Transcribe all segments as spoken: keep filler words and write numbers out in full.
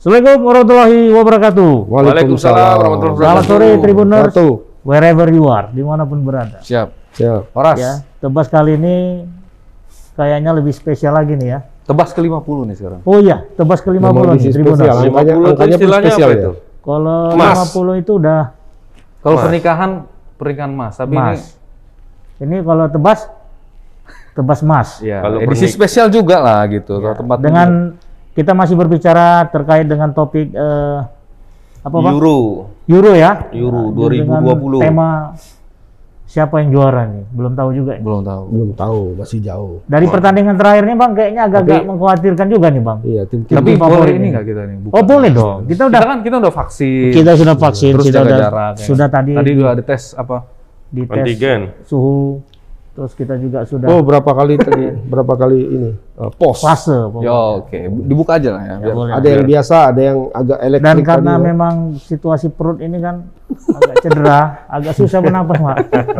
Assalamualaikum warahmatullahi wabarakatuh. Waalaikumsalam warahmatullahi wabarakatuh. Selamat sore Tribuners, wherever you are, dimanapun berada. Siap, siap. Horas. Ya, Tebas kali ini kayaknya lebih spesial lagi nih ya. Tebas ke lima puluh nih sekarang. Oh iya, Tebas ke lima puluh nih Tribuners. lima puluh itu istilahnya apa itu? Kalau lima puluh itu udah. Kalau pernikahan, pernikahan mas. Tapi mas. Ini, ini kalau Tebas, Tebas Mas. Ya, kalau edisi spesial juga lah gitu. Ya, tempat dengan juga. Kita masih berbicara terkait dengan topik eh, apa Bang? Euro. Euro ya. Euro dua ribu dua puluh. Tema siapa yang juara nih? Belum tahu juga. Belum tahu. Belum tahu, masih jauh. Dari oh. pertandingan terakhirnya Bang, kayaknya agak-agak mengkhawatirkan juga nih Bang. Iya, tim, tim tapi tim boleh ini nggak kita nih? Bukan. Oh boleh dong. Kita udah kita kan kita udah vaksin. Kita sudah vaksin. Terus sudah jaga udah, jarak. Sudah tadi. Tadi udah ada tes apa? Di tes antigen. Suhu. Terus kita juga sudah. Oh berapa kali tadi? berapa kali ini? Uh, pos. Fase. Yo, oke. Okay. Dibuka aja lah ya. ya boleh, ada biar. yang biasa, ada yang agak elektrik. Dan karena tadi, memang ya. Situasi perut ini kan agak cedera, agak susah bernapas Mak.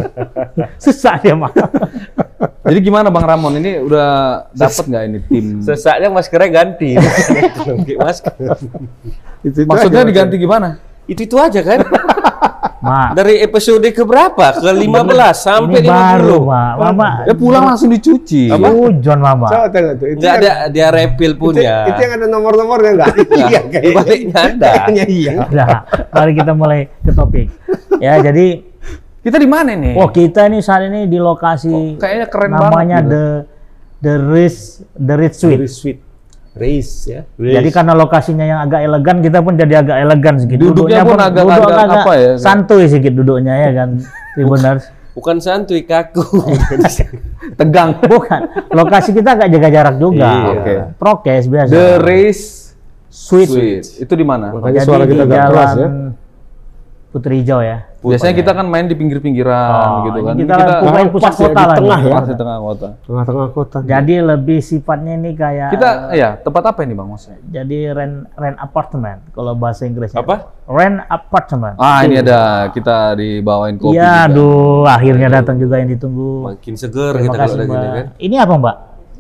Susah dia Mak. Jadi gimana Bang Ramon? Ini udah dapat nggak ini tim? Sesaknya maskernya ganti. Masker. itu, itu Maksudnya aja, diganti gimana? Itu itu aja kan? Mak. Dari episode ke berapa? Ke lima belas sampai ini lima puluh. baru, Mak. Mama. Ya pulang langsung dicuci. Apa? Hujan Mama. Coba tengok tuh. Enggak ada dia refill punya. Itu, itu yang ada nomor-nomornya enggak? Iya, baliknya ada. Kayaknya iya. Nah, mari kita mulai ke topik. Ya, jadi kita di mana nih? oh kita ini saat ini di lokasi oh, kayaknya keren namanya banget gitu. the the Ritz the Ritz Suite. Ritz Suite. Race ya. Jadi karena lokasinya yang agak elegan, kita pun jadi agak elegan sedikit. Duduknya, duduknya pun agak, duduk agak, agak apa ya? Santuy sedikit duduknya ya kan, Tribuners. Bukan santuy, kaku. Tegang. Bukan. Lokasi kita agak jaga jarak juga. Iya. Okay. Prokes biasa. The Race Suite. Suite. Itu di mana? Makanya jadi suara kita di agak keras ya. Putri Hijau ya. Biasanya kita kan main di pinggir-pinggiran oh, gitu kan. Kita, kita pokoknya pusat pas kota ya, lah. di tengah ya. Pas di tengah kota. Tengah-tengah kota. Jadi lebih sifatnya ini kayak kita ya tempat apa ini Bang maksudnya? Jadi rent rent apartemen kalau bahasa Inggrisnya. Apa? Rent apartemen. Ah ini ada kita dibawain kopi. Iya, aduh akhirnya datang juga yang ditunggu. Makin seger Terima kita kasih kalau ada Mbak. gini kan. Ini apa Mbak?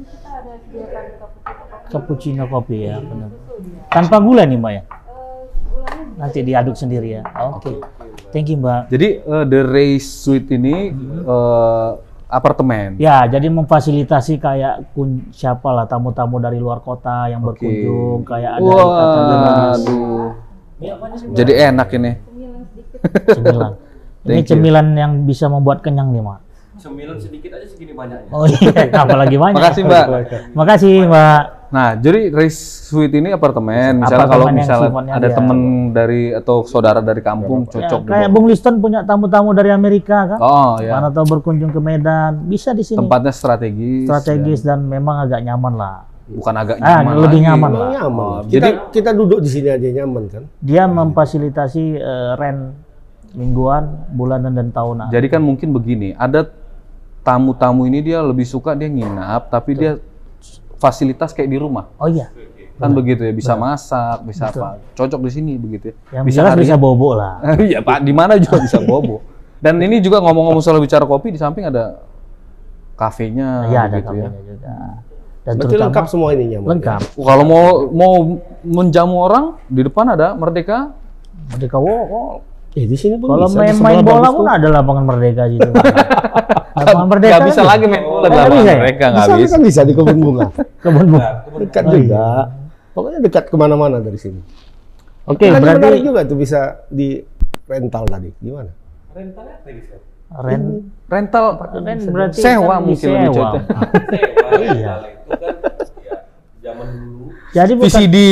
Cappuccino kopi ya, benar. Tanpa gula nih Mbak ya? Nanti diaduk sendiri ya. Oke. Okay. Thank you Mbak. Jadi uh, The Race Suite ini hmm. uh, apartemen. Ya, jadi memfasilitasi kayak kun siapa lah tamu-tamu dari luar kota yang okay. berkunjung kayak ada waduh. Jadi enak ini. Cemilan. Ini cemilan yang bisa membuat kenyang nih Mbak. Cemilan sedikit aja segini banyaknya. Oh iya, apalagi banyak. Makasih Mbak. Makasih Mbak. Nah, jadi Race Suite ini apartemen. Misalnya apartemen kalau misalnya ada dia. temen dari atau saudara dari kampung ya, cocok. Kayak Bung Liston punya tamu-tamu dari Amerika kan? Oh iya. Mana tahu berkunjung ke Medan, bisa di sini. Tempatnya strategis. Strategis dan, dan memang agak nyaman lah. Bukan agak ah, nyaman. lebih lagi. nyaman Memang lah. nyaman. Oh, kita, jadi kita duduk di sini aja nyaman kan? Dia memfasilitasi uh, rent mingguan, bulanan dan tahunan. Jadi kan mungkin begini, ada tamu-tamu ini dia lebih suka dia nginap, tapi betul. Dia fasilitas kayak di rumah. Oh iya. Kan betul. Begitu ya, bisa betul. Masak, bisa betul. Apa? Cocok di sini begitu ya. Yang bisa jelas harian. Bisa bobo lah. Iya Pak, di mana juga bisa bobo. Dan ini juga ngomong-ngomong soal bicara kopi, di samping ada kafenya. Iya, ada gitu kafenya ya. juga. Dan berarti lengkap semua ini nyaman. Lengkap. Ya? Kalau mau mau menjamu orang, di depan ada Merdeka. Merdeka Wall. Eh di sini pun kalau bisa, main main bola pun ada lapangan Merdeka gitu. Lapangan Merdeka. Gak bisa lagi main bola di lapangan Merdeka, nggak bisa. Bisa kan bisa di kebun bunga. Kebun bunga. Dekat oh, juga. Iya. Pokoknya dekat kemana-mana dari sini. Oke, okay, berarti menarik juga tuh bisa di rental tadi. Gimana? Rentalnya apa bisa? Rent rental rent berarti sewa kan mungkin lebih cocok. Sewa. Iya. Itu kan ya zaman dulu. Jadi V C D.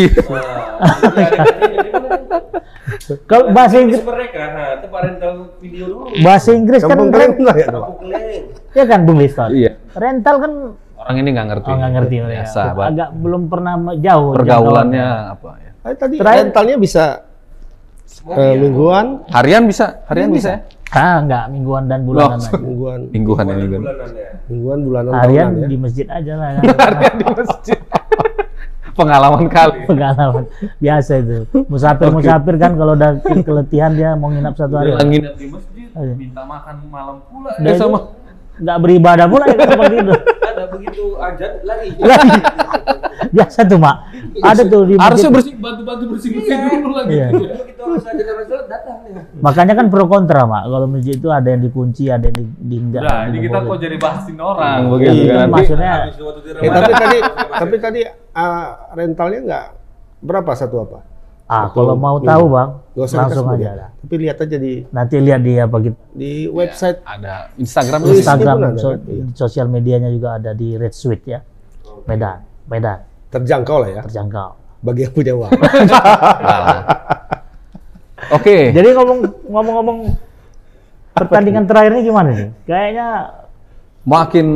Kalau bahasa Inggris mereka, nah itu rental video dulu. Bahasa Inggris kan rent lah ya, ya kan Bung Liston. Iya. Rental kan orang ini nggak ngerti. Oh, nggak ngerti mereka. Biasa, agak belum pernah jauh. Pergaulannya apa ya? Eh, tadi Terakhir, rentalnya bisa eh, mingguan, harian bisa, harian bisa. Ya? Ah, enggak, mingguan dan bulanan aja. Mingguan. Mingguan ya, mingguan. Mingguan, bulanan, harian tahunan, ya. di masjid aja lah. Kan? Harian di masjid. Pengalaman kali. Pengalaman biasa itu. Musafir-musafir kan kalau udah keletihan dia mau nginap satu hari. Nginap di masjid, minta makan malam pula. Dia sama nggak beribadah pula ya seperti itu. Ada begitu ajat lari. Biasa tuh, Mak. Ada tuh di Harusnya masjid. bersih, bantu-bantu bersih-bersih dulu lagi. Iya. Begitu harus ajat orang sholat datang ya. Makanya kan pro kontra, Mak. Kalau masjid itu ada yang dikunci, ada yang di, di enggak. Udah, ini kita kok jadi bahasin orang begitu Iya, kan. maksudnya Habis waktu di Eh, Ramadan, tapi tadi masih- tapi tadi ah, rentalnya nggak berapa satu apa? ah Satu kalau mau minggu. tahu, Bang, Nggak usah langsung dikasih aja model. lah. Tapi lihat aja di Nanti lihat di apa gitu. di website. Ada Instagram Tulis. Instagram, pun ada, so- kan? Iya. di sosial medianya juga ada di Red Sweet ya. Medan, Medan, Terjangkau lah ya terjangkau. bagi yang punya uang. Oke. Jadi ngomong ngomong-ngomong pertandingan terakhirnya gimana nih? Kayaknya Makin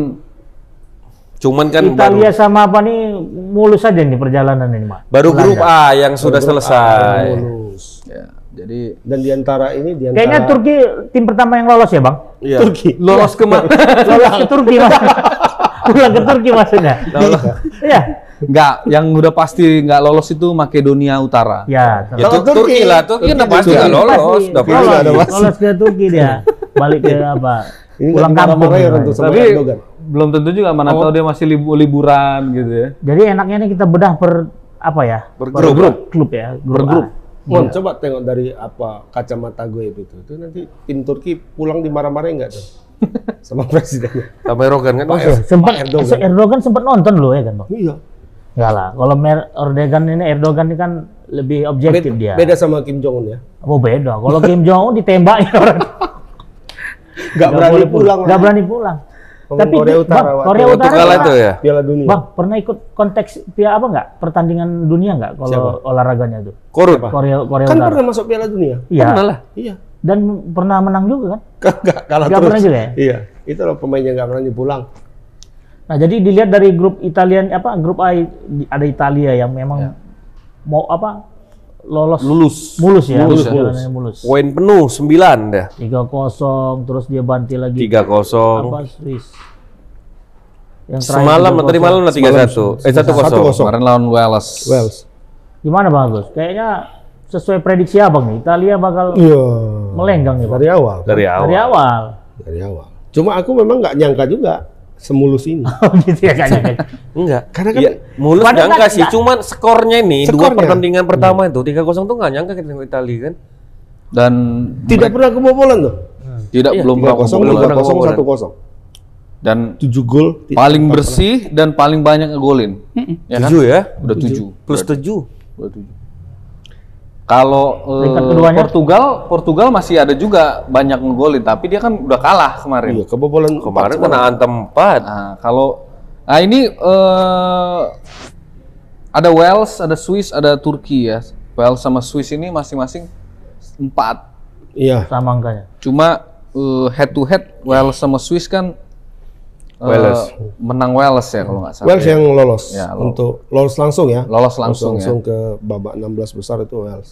Cuman kan Italia baru, sama apa nih mulus aja nih perjalanan ini, Mak. baru Belanda. grup A yang sudah Grup A selesai. yang lulus. ya, jadi Dan diantara ini diantara Kayaknya Turki tim pertama yang lolos ya, Bang? Iya. Turki. lolos ke mana? Lolos ke Turki, Mas. Pulang ke Turki maksudnya. Iya. Enggak, yang udah pasti nggak lolos itu Makedonia Utara. Ya, Ya, Kalau Tur- Turki Turki- lah, Turki udah Turki pasti Turki nggak lolos, Pasti udah Turki pasti. nggak ada lolos, pasti. lolos ke Turki dia. Balik ke apa? Ini Pulang nggak kampung. marah-marah ya gitu. untuk sama Tapi Erdogan. belum tentu juga mana tahu dia masih libu- liburan gitu ya. Jadi enaknya nih kita bedah per apa ya? Bergrup. Per klub ya, grup. Bergrup. A. Mon, coba tengok dari apa kacamata gue itu. Itu nanti tim Turki pulang dimarah-marahin nggak tuh sama presidennya? Sama Erdogan kan? Pak Eh, sempat Pak Erdogan. Erdogan. Erdogan sempat nonton loh ya kan, Bang? Iya. Enggak lah. Kalau Mer- Erdogan ini Erdogan ini kan lebih objektif Beda, dia. beda sama Kim Jong Un ya. Oh beda. Kalau Kim Jong Un ditembak orang. Nggak berani boleh pulang. Nggak berani pulang. Ngomong Tapi Korea Bang, Utara, waktu- Korea Waktu Utara kalah pernah- itu ya? Piala Dunia. Bang, pernah ikut konteks pia apa nggak? Pertandingan dunia nggak kalau Siapa? olahraganya itu? Korut. Korea Korea Kan Utara. pernah masuk Piala Dunia. Iya. Pernah lah. Iya. Dan pernah menang juga kan? Nggak kalah Nggak terus. pernah juga ya? Iya. Itu loh pemainnya nggak berani pulang. Nah, jadi dilihat dari grup Italian apa grup A ada Italia yang memang mau apa lolos Lulus. mulus ya, Mulus ya. perjalanannya mulus. Poin penuh sembilan dah. tiga kosong terus dia banti lagi tiga kosong. apa Swiss. Yang Semalam tiga tadi kosong. malam lah tiga satu. Eh satu Satu kosong. kosong. Kemarin lawan Wales. Wales. Gimana Bang Agus? Kayaknya sesuai prediksi Abang nih, Italia bakal Iya. melenggang nih, Bang. Dari awal. Dari awal. Dari awal. Dari awal. Cuma aku memang nggak nyangka juga semulus ini. Oh gitu ya kayaknya. Enggak. Karena kan- Iya, mulus Padahal nyangka nggak- sih, nggak- cuman skornya nih dua Skornya. pertandingan pertama itu tiga kosong tuh nggak nyangka kita tengok Italia kan. Dan Tidak pernah kebobolan tuh. tidak Iya, belum tiga pernah kosong, kebobolan. tiga kosong, kebobolan. satu kosong. Dan Tujuh gol. ti- paling empat bersih dan paling banyak ngegolin. Ya kan? Tujuh ya? Udah tujuh. Plus tujuh. Udah tujuh. Kalau eh, Peringkat keduanya? Portugal, Portugal masih ada juga banyak ngegolin, tapi dia kan udah kalah kemarin. Iya, kebobolan Kemarin empat kena antem empat. Nah, kalau nah ini eh, ada Wales, ada Swiss, ada Turki ya. Wales sama Swiss ini masing-masing empat. Iya. Sama angkanya. Cuma eh, head to head Wales sama Swiss kan eh, Wales. menang Wales ya kalau nggak salah. Wales yang lolos Ya, lolos. untuk lolos langsung ya. Lolos langsung, langsung ke babak enam belas besar itu Wales.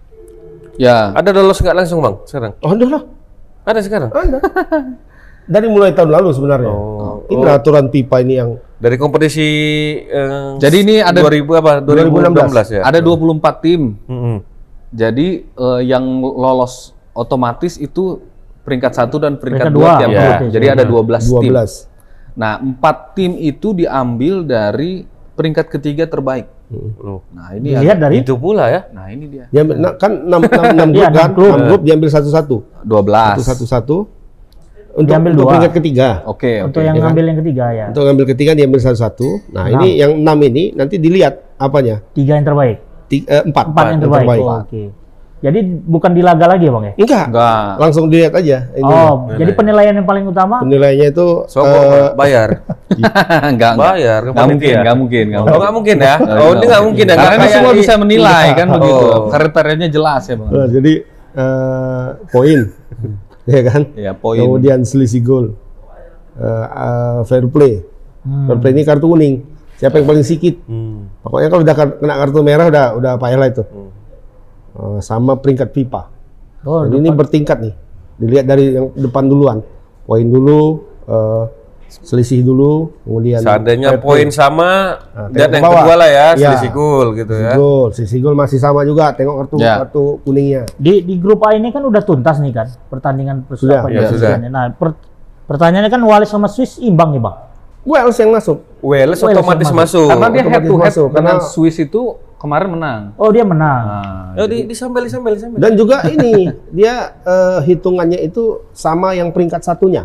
ya. Ada lolos nggak langsung bang sekarang? Oh, ada lah. Ada sekarang? Ada. Dari mulai tahun lalu sebenarnya. Oh. Ini aturan FIFA ini yang Dari kompetisi eh, Jadi ini ada dua ribu apa? dua ribu enam belas ya? ada dua puluh empat tim. Mm-mm. Jadi eh, yang lolos otomatis itu peringkat satu dan peringkat, Peringkat dua dua, tiap ya. grup. Jadi ada dua belas dua tim. belas. Nah, empat tim itu diambil dari peringkat ketiga terbaik. Loh, Nah, ini Dilihat ada- dari itu pula ya? Nah, ini dia. Diambil, nah, kan enam enam Iya, grup kan? enam grup. enam grup diambil satu-satu. dua belas. Satu-satu. Untuk, Diambil untuk dua. peringkat ketiga. Oke, untuk oke. yang ya kan? ngambil yang ketiga ya. Untuk ngambil ketiga diambil satu-satu. Nah, Enam. ini yang enam ini nanti dilihat apanya? Tiga yang terbaik. Ti- eh, empat. Empat yang terbaik. Oh, Oke. Jadi bukan di laga lagi ya Bang ya? Enggak. Enggak. Langsung dilihat aja. Ini Oh, jadi penilaian yang paling utama penilaiannya itu Sokok eh, bayar. enggak, enggak. Bayar ke Enggak mungkin, panitia. enggak mungkin, enggak Oh mungkin. nggak mungkin ya? Nggak, Oh ini nggak mungkin ya? Karena Nggak ini kayak semua di- bisa menilai kan Oh. begitu. Kriterianya jelas ya, Bang. eh, jadi eh, poin, ya kan? Ya, poin. Kemudian selisih gol, Eh, eh, fair play. Hmm. Fair play ini kartu kuning. Siapa yang paling sedikit? Hmm. Pokoknya kalau udah kar- kena kartu merah udah udah payah lah itu. Eh, sama peringkat FIFA. Oh, Jadi ini bertingkat nih. Dilihat dari yang depan duluan. Poin dulu, eh, selisih dulu, kemudian Seandainya fair play. poin sama Nah, dan tengok yang ke bawah. kedua lah ya, Ya. selisih gol gitu ya. Gol, selisih gol masih sama juga. Tengok kartu Ya. kartu kuningnya. Di di grup A ini kan udah tuntas nih kan pertandingan Sudah, persiapan ya, persiapan. Nah, per- pertanyaannya kan Wales sama Swiss imbang nih Bang. Wales yang masuk. Wales Wales otomatis yang masuk. Karena dia head Otomatis to head masuk, dengan karena- Swiss itu kemarin menang. Oh dia menang. Nah, Oh, di, disambel, disambel, disambel. Dan juga ini dia eh, hitungannya itu sama yang peringkat satunya.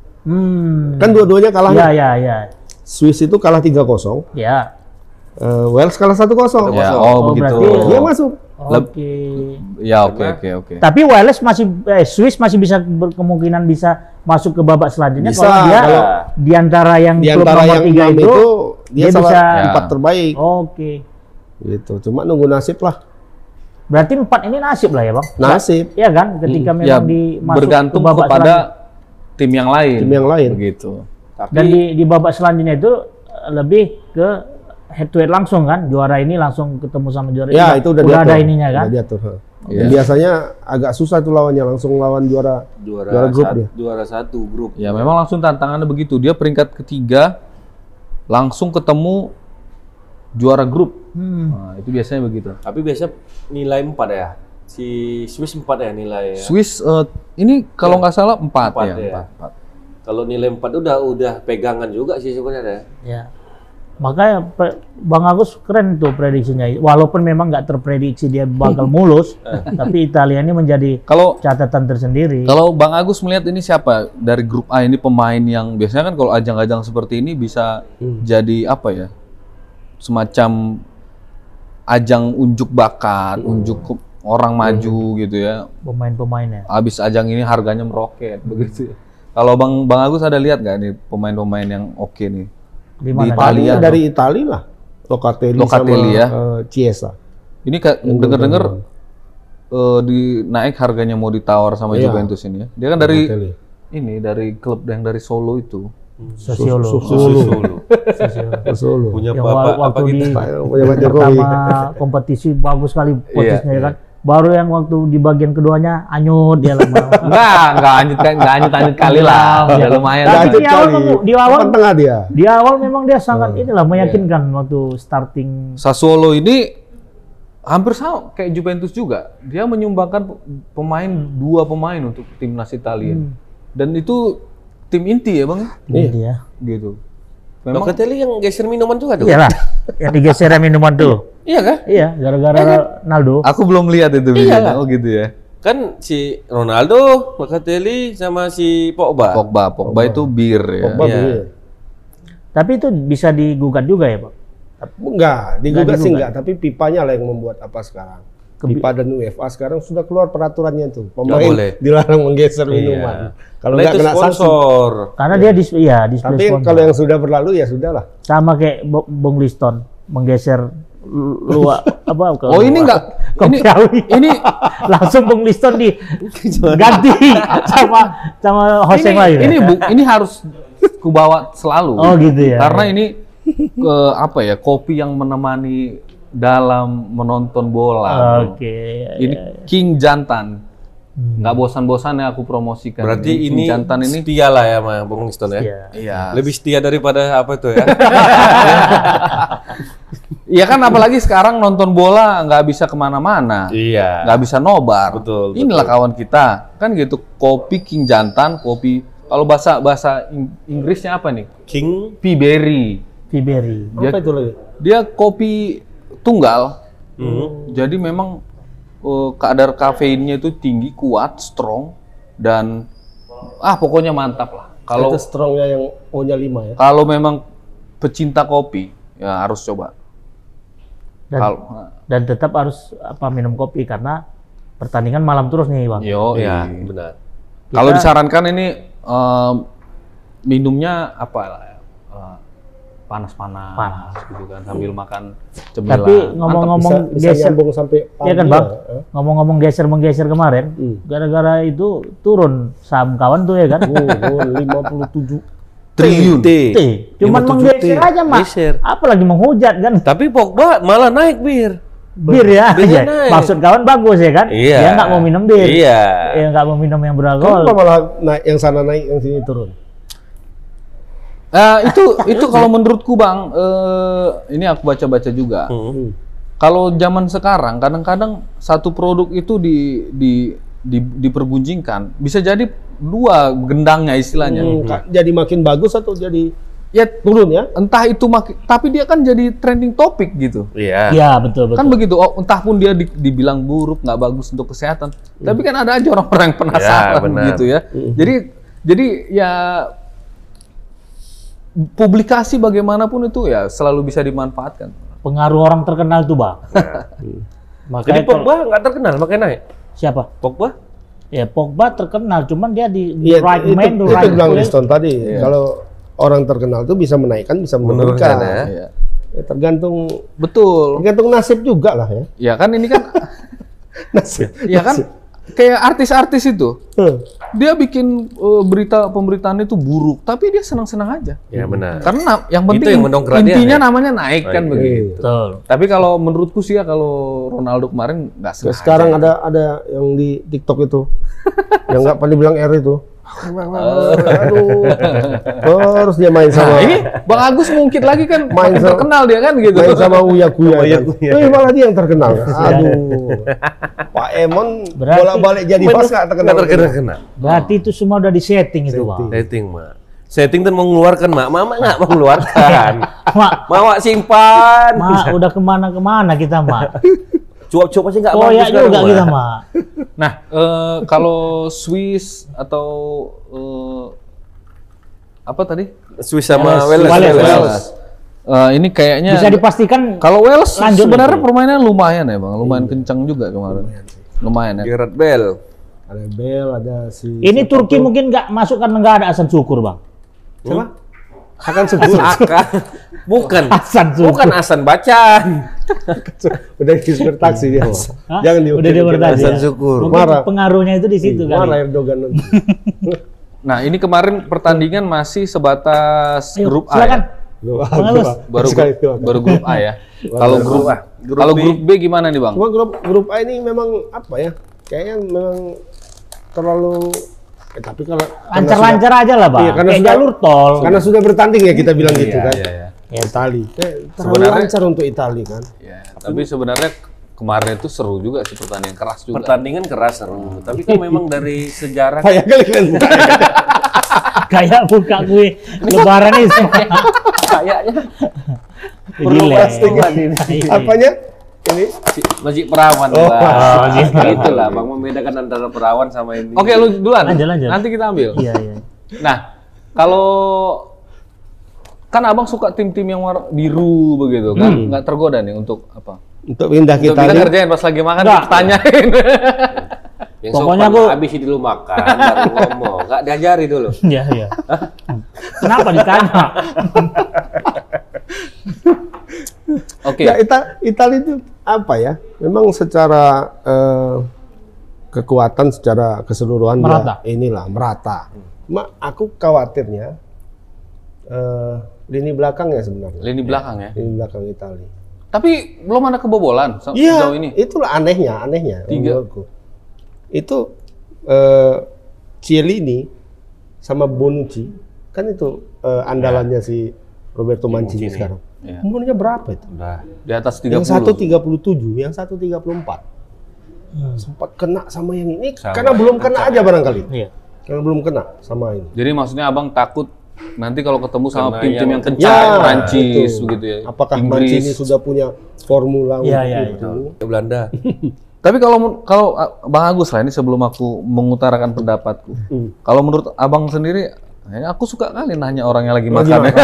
Hmm. Kan dua-duanya kalah. Ya ya ya. Swiss itu kalah tiga kosong, Ya. eh, Wales kalah satu kosong. ya, Oh, oh, begitu. berarti- Dia masuk. Oke. Ya, oke oke oke. Tapi Wales masih eh, Swiss masih bisa berkemungkinan bisa masuk ke babak selanjutnya Bisa, kalau dia kalau- di antara yang Di klub antara nomor yang tiga enam itu, itu, dia, dia salah bisa- empat Ya. terbaik. Oke. Gitu. Cuma nunggu nasib lah. Berarti empat ini nasib lah ya, Bang? Nasib. Iya kan? Ketika Ya, memang dimasuk bergantung ke babak kepada selanjutnya. tim yang lain. Tim yang lain. Begitu. Tapi Dan di di babak selanjutnya itu eh, lebih ke head to head langsung kan? Juara ini langsung ketemu sama juara Ya, ini. itu udah, diatur. ada ininya kan? Udah diatur. ha. Iya. Dan biasanya agak susah tuh lawannya, langsung lawan juara juara, juara grup sat- dia. juara satu grup. Ya, memang langsung tantangannya begitu. Dia peringkat ketiga langsung ketemu juara grup. Hmm. Nah, itu biasanya begitu. Tapi biasa nilai empat ya. Si Swiss empat ya nilai ya. Swiss eh, ini kalau nggak salah empat, Empat ya, ya. empat, empat. Kalau nilai empat udah udah pegangan juga sih sebenarnya. Ya. Makanya Pe- Bang Agus keren tuh prediksinya. Walaupun memang nggak terprediksi dia bakal mulus, tapi Italia ini menjadi Kalau catatan tersendiri. Kalau Bang Agus melihat ini siapa dari grup A ini pemain yang biasanya kan kalau ajang-ajang seperti ini bisa jadi apa ya? Semacam ajang unjuk bakat, unjuk ke- orang maju gitu ya. Pemain-pemainnya. Habis ajang ini harganya meroket begitu. Kalau Bang Bang Agus ada lihat nggak nih pemain-pemain yang oke nih? Di mana? Italia. Paling Italia. dari Italia lah. Locatelli, Locatelli sama ya. eh, Chiesa. Ini ka- denger-denger eh, dinaik harganya mau ditawar sama Iya. Juventus ini ya. Dia kan dari Locatelli. ini dari klub yang dari Solo itu. Sosiolo. Solo. Solo. Sosiolo. Solo. Punya Yang bapak wa- apa waktu gitu. di Punya Pak Jokowi. pertama kompetisi bagus sekali posisinya ya kan. Baru yang waktu di bagian keduanya anyut dia lama. Enggak, enggak anjut enggak anjut anjut kali lah. Udah lumayan. Tapi Lanjut di awal kali. memang- di awal- Papan tengah dia. Di awal memang dia sangat inilah meyakinkan waktu starting. Sassuolo ini hampir sama kayak Juventus juga. Dia menyumbangkan pemain dua pemain untuk timnas Italia. Dan itu tim inti ya, Bang. Ini dia. Gitu. Memang Locatelli yang geser minuman juga tuh. Iyalah, yang digeser minuman tuh. Iya kan? Iya, gara-gara Ronaldo. aku belum lihat itu Iya. videonya. Oh gitu ya. Kan si Ronaldo, Locatelli sama si Pogba. Pogba, Pogba itu bir ya. Pogba Iya. begini. Tapi itu bisa digugat juga ya, Pak. Enggak, digugat Nggak sih digugat. enggak, tapi pipanya lah yang membuat apa sekarang. Kebi- FIFA dan UEFA sekarang sudah keluar peraturannya tuh. boleh. Pemain dilarang menggeser Iya. minuman. Kalau Nah, enggak itu kena sanksi. sponsor. Karena dia dis iya display Tapi sponsor. kalau yang sudah berlalu ya sudahlah. Sama kayak Bo- Bung Liston menggeser lu- luar apa ke Oh, ini enggak ini Kopiawi. ini Langsung Bung Liston diganti sama sama host ini, yang lain. ini bu, ini harus kubawa selalu. Oh, gitu ya. Karena ini ke apa ya? Kopi yang menemani dalam menonton bola. Bro. Oke. Ini King Jantan. Nggak bosan-bosannya aku promosikan. Berarti King ini Jantan ini. setia lah ya sama Bung Liston ya. Iya. Iya. Lebih setia daripada apa tuh ya? Iya kan apalagi sekarang nonton bola nggak bisa kemana-mana. Iya. Nggak bisa nobar. Betul, Inilah kawan kita. Kan gitu. Kopi King Jantan, kopi. Kalau bahasa bahasa Ing- Inggrisnya apa nih? King. Piberry. Fiberi. Dia, Apa itu lagi? dia kopi tunggal. Hmm. Jadi memang uh, kadar kafeinnya itu tinggi, kuat, strong, dan ah pokoknya mantap lah. Kalau Itu strongnya yang O-nya lima ya. kalau memang pecinta kopi ya harus coba. Dan, Kalau dan tetap harus apa minum kopi karena pertandingan malam terus nih, Bang. yo Iya, benar. kalau Kita- disarankan ini um, minumnya apa lah ya? Uh, panas-panas Panas. gitu kan sambil makan cemilan. Tapi Mantap. ngomong-ngomong Bisa, bisa geser, nyambung sampai iya kan pagi Bang? lah, ya. Ngomong-ngomong geser-menggeser kemarin, Hmm. gara-gara itu turun saham kawan tuh ya kan? Oh, lima puluh tujuh triliun. T. T. Cuman lima puluh tujuh menggeser T. aja, Mak. Geser. Apalagi menghujat kan? Tapi Pogba malah naik bir. Bir ya. Birnya Iya. naik. Maksud kawan bagus ya kan? Iya. Dia nggak mau minum bir. Iya. Dia nggak mau minum yang beralkohol. Kenapa malah naik yang sana naik yang sini turun? Nah, itu itu kalau menurutku Bang, eh, ini aku baca-baca juga. Hmm. Kalau zaman sekarang kadang-kadang satu produk itu di di di dipergunjingkan, bisa jadi dua gendangnya istilahnya. Hmm, Kak, jadi makin bagus atau jadi ya turun ya. entah itu maki, tapi dia kan jadi trending topik gitu. Iya. Iya, betul betul. Kan begitu. Oh, entah pun dia di, dibilang buruk, nggak bagus untuk kesehatan. Hmm. Tapi kan ada aja orang-orang yang penasaran Ya, benar. gitu ya. Hmm. Jadi jadi ya publikasi bagaimanapun itu ya selalu bisa dimanfaatkan. Pengaruh orang terkenal tuh, Bang. Jadi Pogba nggak terkenal, makanya naik. Siapa? Pogba? Ya Pogba terkenal, cuman dia di, di Iya, right itu, man, the itu right bilang place. Liston tadi. Iya. Kalau orang terkenal itu bisa menaikkan, bisa menurunkan. Menurunkan, ya. Ya. Ya, tergantung Betul. tergantung nasib juga lah ya. Ya kan ini kan Nasib. ya kan kayak artis-artis itu. Hmm. Dia bikin uh, berita pemberitaan itu buruk, tapi dia senang-senang aja. Ya benar. Karena yang Itu penting yang mendongkrak dia, intinya ya? namanya naik kan Naik. begitu. Betul. Tapi kalau menurutku sih ya kalau Ronaldo kemarin nggak sengaja. Sekarang ada ada yang di TikTok itu yang nggak pernah dibilang R itu. Aduh. Terus dia main Nah, sama ini Bang Agus ngungkit lagi kan Main makin sama- terkenal dia kan gitu. main sama Uya Kuya. Uya Kan. Kuya. Eh, malah dia yang terkenal. Aduh. Pak Emon Berarti- bolak-balik jadi pas nggak terkenal. Nggak terkenal. Kena. Berarti itu semua udah disetting itu, Bang. Setting, Mak. Setting dan mengeluarkan, Mak. Mama nggak mengeluarkan. Mak, Mama simpan. Mak udah kemana-kemana kita, Mak. Cuap-cuap aja nggak Koyak bagus sekarang, juga Mak. kita, Mak. Nah, eh, kalau Swiss atau eh, apa tadi? Swiss sama Wales. Wales. Wales. Wales. Eh, ini kayaknya Bisa dipastikan kalau Wales Lanjut sebenarnya itu. permainan lumayan ya, Bang. Lumayan kencang juga kemarin. Lumayan ya. Gareth Bale. Ada Bel, ada si ini siapa Turki tuh? mungkin nggak masuk karena nggak ada Hasan Syukur, Bang. Siapa? Akan sebut. Aka. Bukan. Hasan Syukur. Bukan Hasan Bacan. Udah di taksi dia. Hah? Jangan di Udah dia bertanya. Hasan Syukur. Mungkin Marah. pengaruhnya itu di situ Marah kali. Erdogan nanti. Nah, ini kemarin pertandingan masih sebatas Ayo, grup A silakan. ya. Loh, Bang aduh, Agus. Baru sekali grup, doang. baru grup A ya. Kalau grup A. Grup kalau B. grup B gimana nih, Bang? Cuma grup grup A ini memang apa ya? Kayaknya memang terlalu eh, tapi kalau karena Lancar-lancar aja lah, Bang. Iya, karena Kayak sudah- jalur tol. sudah- karena sudah bertanding ya kita bilang gitu kan. Iya, iya. Ya, Itali. Eh, terlalu Sebenarnya- lancar untuk Itali kan. Ya, tapi sebenarnya kemarin itu seru juga sih, pertandingan keras juga. Pertandingan keras seru. Tapi kan memang dari sejarah Kayak kali kan. kayak buka kue lebaran ini semua. kayaknya Gile. plastik. Apanya? Ini Masjid Perawan. Oh, Bang. Masjid Perawan. Itulah Bang, membedakan antara perawan sama ini. Oke, lu duluan. Lanjut, lanjut. Nanti kita ambil. Iya, iya. Nah, kalau kan Abang suka tim-tim yang warna biru begitu kan, nggak tergoda nih untuk apa? untuk pindah Untuk kita kita nih. ngerjain pas lagi makan Nggak. kita tanyain. Yang Pokoknya sopan, gua- habis dulu makan baru ngomong. Nggak diajari dulu. Iya, iya. Kenapa ditanya? Oke. Ya Ita- Itali itu apa ya? Memang secara eh, kekuatan secara keseluruhan dia Merata. inilah merata. Cuma aku khawatirnya eh, lini belakang ya sebenarnya. Lini belakang ya. Lini belakang Itali. Tapi belum ada kebobolan se- Iya, sejauh ini. itulah anehnya, anehnya Tiga. menurutku. Itu eh, Chiellini sama Bonucci kan itu eh, andalannya si Roberto Mancini Mancini. sekarang. Iya. Umurnya berapa itu? Udah. Di atas tiga Yang puluh. satu tiga puluh tujuh, yang satu tiga puluh empat. Sempat kena sama yang ini Sama. karena belum kena aja barangkali. Iya. Karena belum kena sama ini. Jadi maksudnya Abang takut nanti kalau ketemu sama Karena tim-tim yang- yang kencang, Prancis itu. begitu ya. Apakah Inggris. Mancini sudah punya formula Iya, untuk iya, itu? Ke Belanda. Tapi kalau men- kalau uh, Bang Agus lah ini sebelum aku mengutarakan pendapatku. Hmm. Kalau menurut Abang sendiri, ya aku suka kali nanya orang yang lagi makan. ya.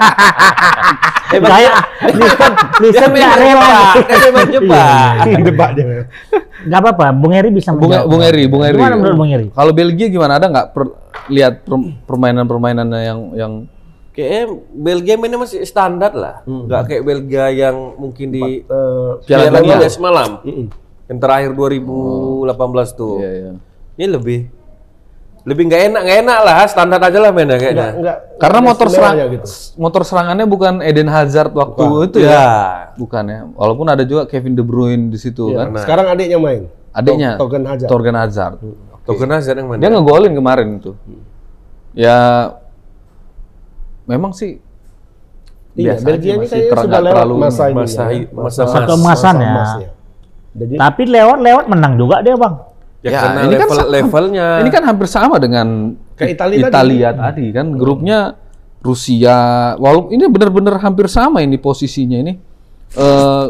Kayak listen, listen nggak rela. Kan memang cepat. Debat dia. Nggak apa-apa, Bung Heri bisa Bung, menjawab. Bung Heri, Bung Heri. Gimana menurut Bung Heri? Kalau Belgia gimana? Ada nggak per- lihat per- permainan-permainannya yang yang Kayaknya Belgia mainnya masih standar lah. Nggak kayak Belgia yang mungkin di Eh, Piala Piala Dunia. Dunia semalam. mm-mm. Yang terakhir dua ribu delapan belas tuh. Iya, iya. Ini lebih lebih nggak enak, nggak enak lah, standar aja lah mainnya Enggak, kayaknya. enggak. Karena enggak motor serang istimewanya gitu. motor serangannya bukan Eden Hazard waktu itu ya. Ya. Bukan ya. Walaupun ada juga Kevin De Bruyne di situ Ya, kan. sekarang adiknya main. Adiknya Torgan Hazard. Torgan Hazard. Torgan Hazard yang mana? Dia ngegolin kemarin itu. Ya memang sih Iya, biasa Belgia aja, ini masih kayaknya ter- sudah nggak lewat terlalu masa ini. masa- ya. masa Masa emas. keemasan ya. emasnya. Jadi Tapi lewat-lewat menang juga dia, Bang. Ya, Ya, karena ini kan level sama- levelnya. Ini kan hampir sama dengan Kayak Italia tadi. Italia tadi kan grupnya Rusia, walaupun ini benar-benar hampir sama ini posisinya ini. Eh,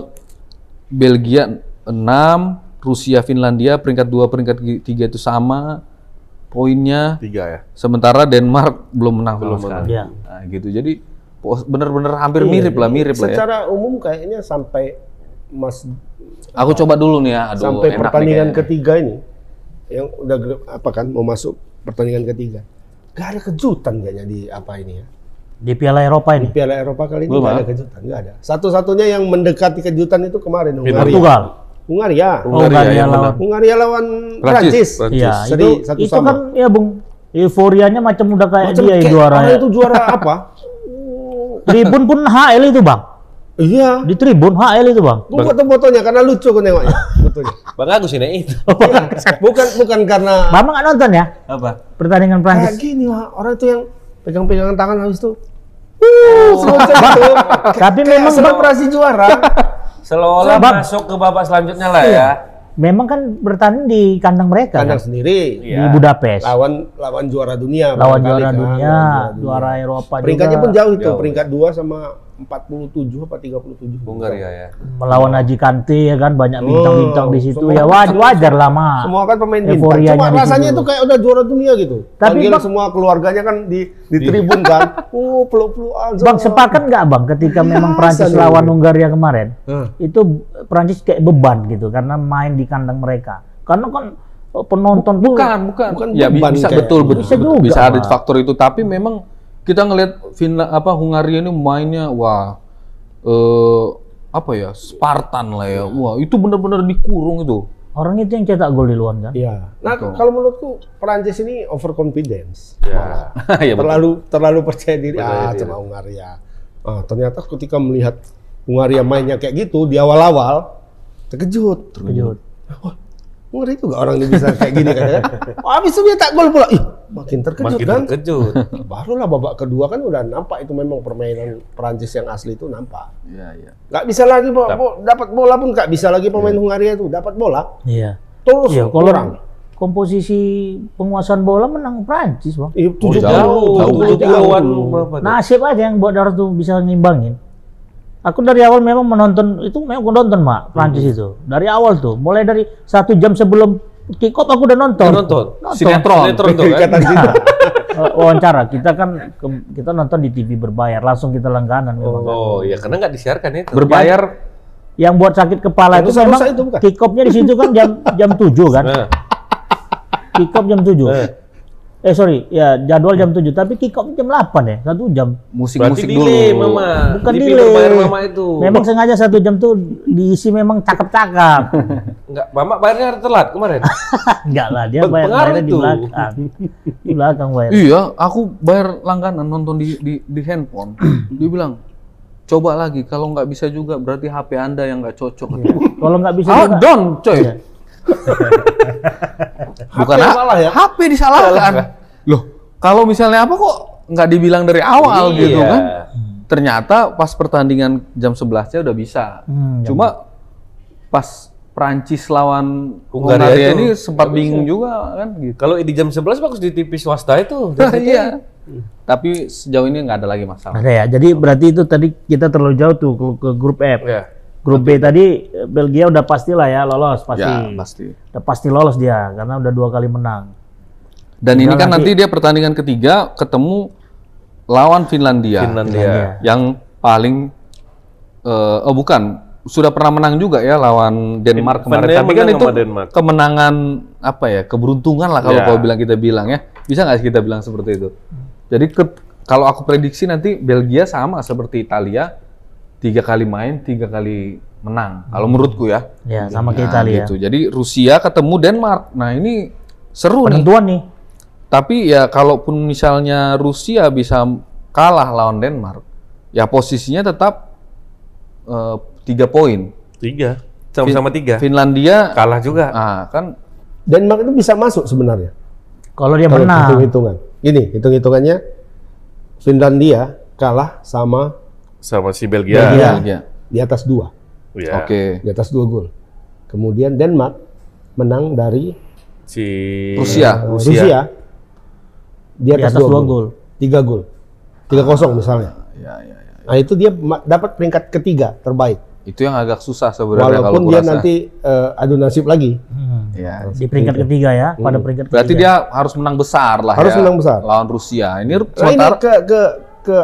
Belgia enam, Rusia, Finlandia peringkat dua, peringkat tiga itu sama poinnya. Tiga ya. Sementara Denmark belum menang Belum sama menang. sekali. Iya. Nah, gitu. Jadi pos- benar-benar hampir Iya, mirip lah, jadi mirip lah ya. Secara umum kayaknya sampai Mas Aku coba dulu nih ya. Aduh, sampai enak pertandingan nih kayaknya. ketiga ini yang udah gre- apa kan mau masuk pertandingan ketiga. Gak ada kejutan kayaknya di apa ini ya. Di Piala Eropa Di ini. Piala Eropa kali ini Belum, nggak ada ah? kejutan, nggak ada. Satu-satunya yang mendekati kejutan itu kemarin Hungaria. Portugal. Hungaria. Oh, Hungaria yang lawan. menang. Hungaria lawan Prancis. Prancis. Iya, Seri itu satu itu sama. kan ya Bung, euforianya macam udah kayak Macam dia kayak juara. orang Ya. itu juara apa? Tribun pun H L itu, Bang. Iya. Di tribun H L itu, Bang. Gue foto-fotonya karena lucu gue nengoknya. Fotonya. Bang Agus ini itu. bukan bukan karena Mama nggak nonton ya Apa? pertandingan kayak Prancis? gini Wak. Orang itu yang pegang-pegangan tangan habis itu. Uh, semacam itu. Tapi Kayak memang Bang, selebrasi juara. Seolah-olah Bang. masuk ke babak selanjutnya lah ya. memang kan bertanding di kandang mereka Kandang kan? sendiri. Di Budapest. Lawan lawan juara dunia. Lawan barangkali juara kan. dunia, Lawan juara Eropa Peringkatnya juga. pun jauh itu, Jauh. peringkat dua sama empat puluh tujuh apa tiga puluh tujuh. Hungaria ya. Melawan Haji Kante ya kan, banyak bintang-bintang di situ. semua- Ya wajar, wajar lah, Ma. Semua kan pemain bintang. Euforianya Cuma di rasanya situ. itu kayak udah juara dunia gitu. Tapi, Panggil Bang- semua keluarganya kan di di tribun kan. Oh, peluk-pelukan. Bang, sepakat nggak Bang ketika memang Prancis nih. lawan Hungaria kemarin? Hah. Itu Prancis kayak beban gitu karena main di kandang mereka. Karena kan penonton tuh Bukan, bukan. Bukan ya bi- beban bisa kayak- betul betul. Bisa juga, bisa ada Pak. faktor itu, tapi memang kita ngelihat Finland apa Hungaria ini mainnya wah eh apa ya? Spartan lah ya. Wah, itu benar-benar dikurung itu. orang itu yang cetak gol di luar kan. Iya. Nah, Betul. kalau menurutku Perancis ini overconfidence. Ya. ya, betul. terlalu terlalu percaya diri Percaya ah diri. sama Hungaria. Ah, ternyata ketika melihat Hungaria mainnya kayak gitu di awal-awal terkejut. Terkejut. Wah, Hungaria juga orang ini bisa kayak gini kan? Oh, habis itu dia tak gol pula. Ih, makin terkejut Makin kan? terkejut. Barulah babak kedua kan udah nampak itu memang permainan Perancis yang asli itu nampak. Iya, iya. Nggak bisa lagi bo- bo- dapat bola pun nggak bisa lagi pemain Hungaria itu dapat bola Iya. terus Iya, kalau kurang. komposisi penguasaan bola menang Prancis, Bang. Iya, tujuh jauh, puluh, jauh, tujuh puluh tiga. Jauhan berapa tuh? Nasib aja yang buat Darat tuh bisa ngimbangin. Aku dari awal memang menonton itu memang aku nonton, Mak, Prancis itu. Dari awal tuh, mulai dari satu jam sebelum kick off aku udah nonton. Udah nonton? Sinetron. Sinetron tuh kan. Ikatan cinta. Eh, wawancara kita kan ke- kita nonton di T V berbayar, langsung kita langganan memang. Oh iya, karena nggak disiarkan itu. Berbayar Yang buat sakit kepala Yang itu rusak-rusak memang itu bukan? kick off-nya di situ kan jam jam tujuh kan. Nah, Kick off jam tujuh. Eh. Eh sorry, ya jadwal jam tujuh, tapi kick off jam delapan ya, satu jam. berarti musik-musik dulu. delay mama. Bukan T V delay. berbayar mama itu. Memang sengaja satu jam tuh diisi memang cakep-cakep. Enggak, mama bayarnya telat kemarin. Enggak lah, dia Bang, bayar pengaruh bayarnya di itu. belakang. Di belakang bayar. Iya, aku bayar langganan nonton di di, di handphone. Dia bilang, coba lagi. Kalau nggak bisa juga, berarti H P Anda yang nggak cocok. Kalau nggak bisa Ah, juga, down, coy. Iya. Bukan H P ha- salah ya? H P disalahkan. Loh, kalau misalnya apa kok nggak dibilang dari awal Iya. gitu kan? Ternyata pas pertandingan jam sebelasnya udah bisa. Hmm, Cuma pas Prancis lawan Hungaria Hungaria itu ini sempat bingung juga kan gitu. Kalau di jam sebelas bagus di T V swasta itu. Iya. Tapi sejauh ini nggak ada lagi masalah. ada ya. Jadi berarti itu tadi kita terlalu jauh tuh ke, ke grup F. Ya. Grup B tadi eh, Belgia udah pastilah ya lolos pasti. Ya, pasti. Udah pasti lolos dia karena udah dua kali menang. Dan ini Tinggal kan nanti- nanti dia pertandingan ketiga ketemu lawan Finlandia. Finlandia. Yang paling eh oh bukan, sudah pernah menang juga ya lawan Denmark kemarin. Finlandia Tapi kan menang itu sama Denmark. kemenangan apa ya? Keberuntungan lah kalau Ya. kau bilang kita bilang ya. Bisa nggak sih kita bilang seperti itu? Jadi ke- kalau aku prediksi nanti Belgia sama seperti Italia, tiga kali main, tiga kali menang. Kalau menurutku ya. Ya, sama kayak Nah, Italia. gitu. Jadi Rusia ketemu Denmark. Nah, ini seru nih. Penentuan nih. Tapi ya kalaupun misalnya Rusia bisa kalah lawan Denmark, ya posisinya tetap eh, tiga poin. Tiga. Sama-sama tiga. Finlandia, Kalah juga. ah kan Denmark itu bisa masuk sebenarnya. Kalau dia Kalau menang. hitung-hitungan. Gini, hitung-hitungannya Finlandia kalah sama Sama si Belgia. Belgia. Belgia. di atas dua. Ya. Oke. Di atas dua gol. Kemudian Denmark menang dari Si Rusia. eh, Rusia, di Di atas, atas dua, dua gol. gol. Tiga gol. tiga kosong misalnya. Ya, ya, ya. Nah itu dia ma- dapat peringkat ketiga terbaik. Itu yang agak susah sebenarnya kalau Walaupun dia kurasa. nanti uh, adu nasib lagi. Hmm. Ya. Di peringkat ketiga ya, pada peringkat Berarti ketiga. dia harus menang besar lah Harus ya. menang besar. Lawan Rusia. Ini Nah, ini sementara ke ke ke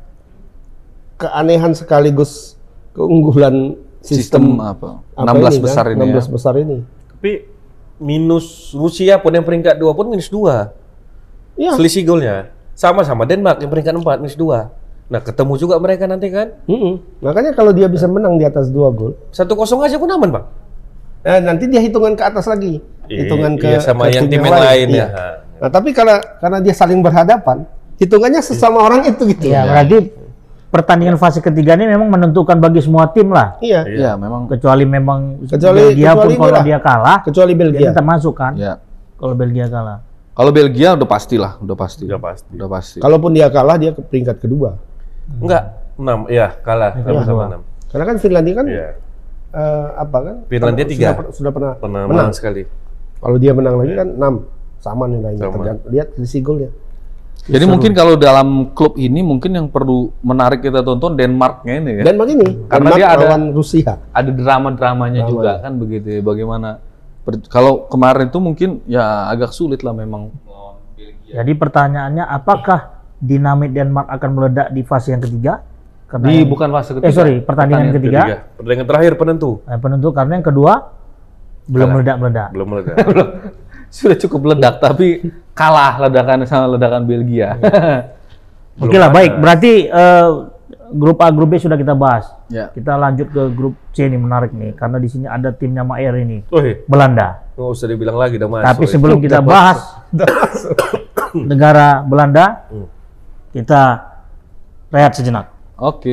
keanehan sekaligus keunggulan sistem, sistem, apa? apa enam belas ini, kan? besar ini enam belas ya. besar ini. Tapi minus Rusia pun yang peringkat dua pun minus dua. Iya. Selisih golnya. Sama-sama Denmark yang peringkat empat minus dua. Nah, ketemu juga mereka nanti kan. Mm-mm. Makanya kalau dia bisa menang di atas dua gol, Satu kosong aja pun aman, Bang. eh, nanti dia hitungan ke atas lagi, hitungan ke Iya, sama ke yang tim yang lain ya. Iya. Nah, tapi karena karena dia saling berhadapan, hitungannya sesama orang itu gitu. Ya, berarti pertandingan fase ketiga ini memang menentukan bagi semua tim lah. Iya. Iya, memang Kecuali memang Kecuali- Belgia pun kecuali kalau inilah. dia kalah, Kecuali dia Belgia. tetap masuk kan. ya. Kalau Belgia kalah. Kalau Belgia udah pasti lah, udah pasti. Udah pasti. Udah pasti. Kalaupun dia kalah, dia ke peringkat kedua. Enggak, enam. Ya, kalah Iya, sama dua. enam. Karena kan Finlandia kan Iya. eh, apa kan? Finlandia Sudah tiga. per- Sudah, pernah, Pernah menang. menang sekali. Kalau dia menang lagi kan enam, sama nilainya. Sama. Tergantung- Lihat selisih golnya. Jadi mungkin kalau dalam klub ini mungkin yang perlu menarik kita tonton Denmarknya ini ya. Dan begini, Karena Denmark dia ada- lawan Rusia. Ada drama-dramanya Drama. juga kan begitu ya. Bagaimana per- kalau kemarin itu mungkin ya agak sulit lah memang melawan Belgia. Jadi pertanyaannya, apakah dinamit Denmark akan meledak di fase yang ketiga? Karena Di yang- bukan fase ketiga. eh sorry, pertandingan ketiga. Ketiga. Pertandingan terakhir penentu. Eh, penentu karena yang kedua belum Kalah. meledak-meledak. Belum meledak. Sudah cukup meledak tapi kalah ledakan sama ledakan Belgia. Oke lah, baik. Berarti eh, grup A, grup B sudah kita bahas. Ya. Kita lanjut ke grup C nih, menarik nih, karena di sini ada timnya Maer ini, Oh, iya. Belanda. Nggak usah dibilang lagi udah masuk. Tapi sebelum kita bahas negara Belanda, Hmm. kita rehat sejenak. Oke.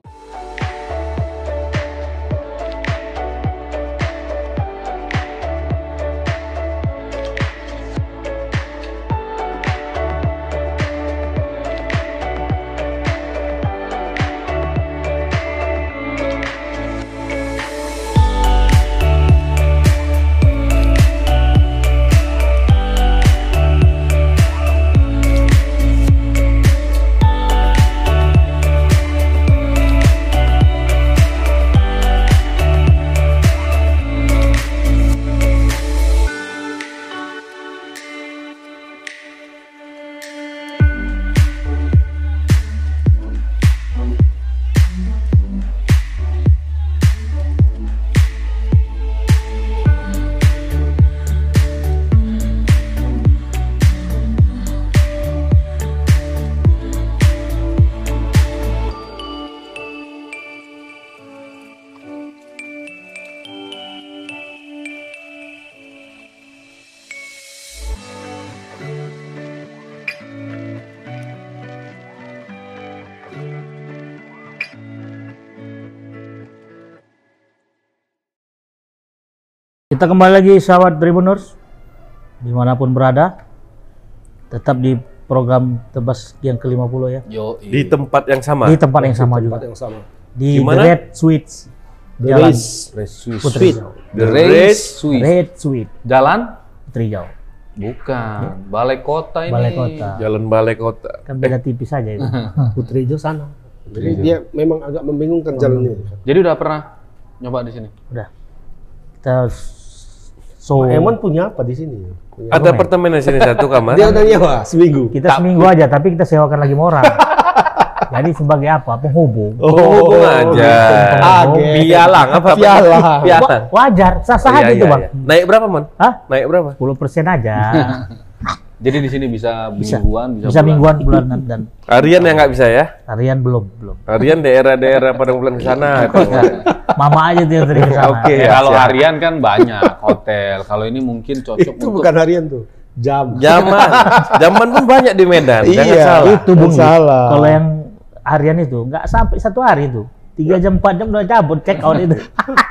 Kita kembali lagi sahabat Tribuners, dimanapun berada, tetap di program Tebas yang ke lima puluh ya, Yo. Di tempat yang sama. di tempat yang sama Tempat juga, yang sama. di Gimana? The Red Suites, The Jalan Race. Putri Sweet. Hijau. The Race Race Swiss. Red Suite Jalan? Putri Hijau, Bukan. Balai kota ini. Balai Kota. Jalan Balai Kota. Kan beda tipis saja itu. Putri Hijau sana. Jadi dia memang agak membingungkan jalan ini. Jadi udah pernah nyoba di sini? Udah. Kita so Emon punya apa di sini? Punya Ada apartemen di sini satu kamar. Dia udah nyewa seminggu. kita seminggu aja, tapi kita sewakan lagi sama orang. Jadi sebagai apa? Penghubung. Oh, hubung aja. Agen. Pialang apa? apa? Pialang. Pialang. Wa- Wajar, sah-sah Iya, aja itu iya, bang. iya. Naik berapa, Mon? Hah? Naik berapa? sepuluh persen aja. Jadi di sini bisa Bisa. mingguan, bisa, Bisa bulan. mingguan, bulanan, dan Harian yang nggak bisa ya? harian belum, belum. Harian daerah-daerah pada bulan ke sana. Mama aja tuh yang sering ke sana. Oke. Ya, Ya, kalau siap. harian kan banyak hotel. Kalau ini mungkin cocok Itu untuk bukan harian tuh, jam. Zaman, zaman pun banyak di Medan. Jangan Iya. salah. Itu Bung. salah. Kalau yang harian itu nggak sampai satu hari itu. Tiga jam, empat jam udah cabut, check out itu.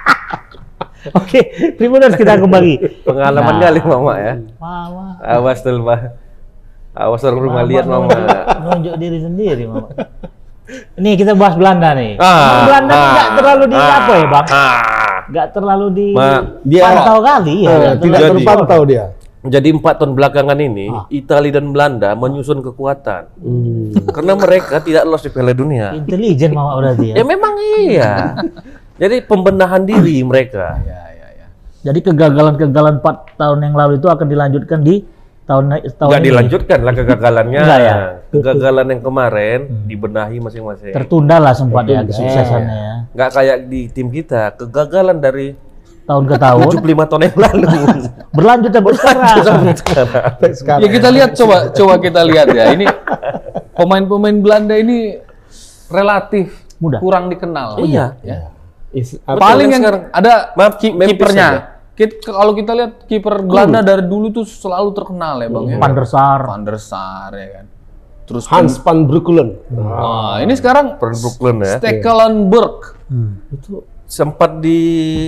Oke, Tribuners kita kembali. Pengalaman Nah. kali Mama ya. Mama. Awas tuh, Pak. Awas orang rumah lihat Mama. nunjuk- Nunjuk diri sendiri, Mama. Ini kita bahas Belanda nih. Ah, Belanda ah, nggak terlalu di ah, apa ya, Bang? Ah. Nggak terlalu di Ma, dia- pantau kali ya. Eh, nggak tidak terlalu terpantau dia. Jadi empat tahun belakangan ini, Ah. Italia dan Belanda menyusun kekuatan. Hmm. Karena mereka tidak lolos di Piala Dunia. Intelijen mama berarti Ya ya. memang iya. Jadi pembenahan diri mereka. Ya, ya, ya. Jadi kegagalan-kegagalan empat tahun yang lalu itu akan dilanjutkan di tahun tahun Nggak ini. dilanjutkan lah kegagalannya. Enggak ya? Kegagalan yang kemarin dibenahi masing-masing. Tertunda lah sempat ya kesuksesannya ya. Nggak kayak di tim kita, kegagalan dari Tahun ke tahun tujuh puluh lima tahun yang lalu. berlanjut sampai sekarang. Sampai sekarang. Ya kita lihat coba coba kita lihat ya. Ini pemain-pemain Belanda ini relatif Mudah. kurang dikenal. Iya. Ya. Is- Betul, Paling yang yang sekarang. ada Maaf, ki- Memphis kipernya. aja. Kit- kalau kita lihat kiper Belanda dari dulu tuh selalu terkenal ya bang ya. Van der Sar. Van der Sar ya kan. Terus Hans van Breukelen. Wah, ini sekarang Van Brooklyn ya. Stekelenburg. Hmm. Itu Sempat di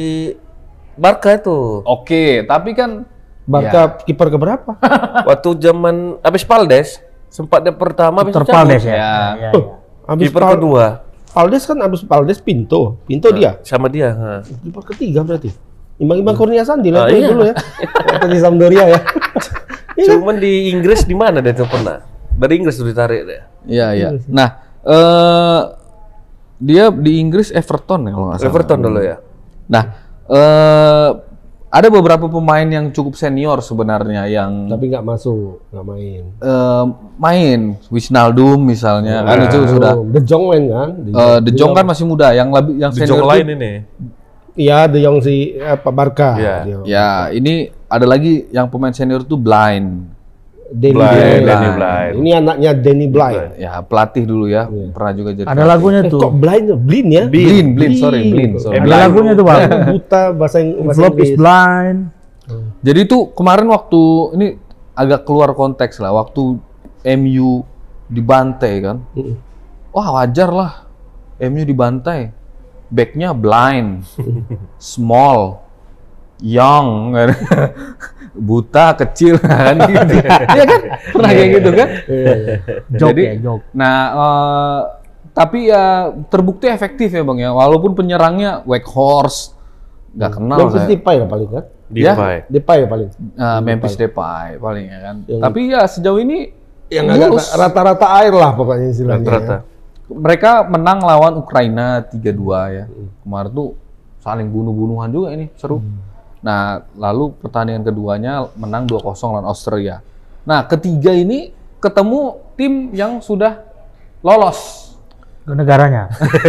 Barca itu. Oke, tapi kan Barca kiper keberapa? Waktu zaman habis Paldes, sempat dia pertama habis Victor itu cabut. Valdes ya. Ya. Ya, ya. Habis Kiper Pal- kedua Valdes kan habis Valdes Pinto. Pinto dia. sama dia. ha. Kiper ketiga berarti. Imbang-imbang Kurnia Sandi Ah, lah iya. dulu ya. Waktu di Sampdoria ya. Cuman di Inggris di mana dia tuh pernah? Dari Inggris tuh ditarik dia. Iya, iya. Nah, eh dia di Inggris Everton ya kalau nggak salah. Everton dulu ya. Nah, eh ada beberapa pemain yang cukup senior sebenarnya yang Tapi nggak masuk, nggak main. eh, main, Wijnaldum misalnya kan itu sudah. Oh, De Jong main kan? De Jong. eh, De Jong kan masih muda, yang lebih yang Di senior Jong tuh- lain ini. Iya, De Jong si apa Barca. Iya. De Jong. Ya, ini ada lagi yang pemain senior tuh Blind. Danny Blind, Blind. Danny Blind. Ini anaknya Danny Blind. Ya, pelatih dulu ya, pernah juga jadi. Ada lagunya Eh, tuh. kok Blind? Blind ya? Blind, Blind, sorry, Blind. sorry. Ada lagunya tuh bang. Buta bahasa bahasa Flop is Inggris. blind. Jadi itu kemarin waktu ini agak keluar konteks lah, waktu M U dibantai kan. Mm-mm. Wah wajar lah, M U dibantai. Backnya blind, small, young, kan. Buta, kecil kan gitu. Iya kan? Pernah kayak gitu kan? Joke Jadi, ya, joke. Nah, eh, tapi ya terbukti efektif ya bang ya. Walaupun penyerangnya Weghorst, nggak kenal Memphis saya. Depay lah paling kan? Ya? Depay. Depay ya paling. Nah, Memphis Depay paling ya kan. Yang- Tapi ya sejauh ini Yang agak mulus. rata-rata air lah pokoknya istilahnya. Rata-rata. Mereka menang lawan Ukraina tiga dua ya. Kemarin tuh saling bunuh-bunuhan juga ini, seru. Nah, lalu pertandingan keduanya menang dua kosong lawan Austria. Nah, ketiga ini ketemu tim yang sudah lolos. Ke negaranya.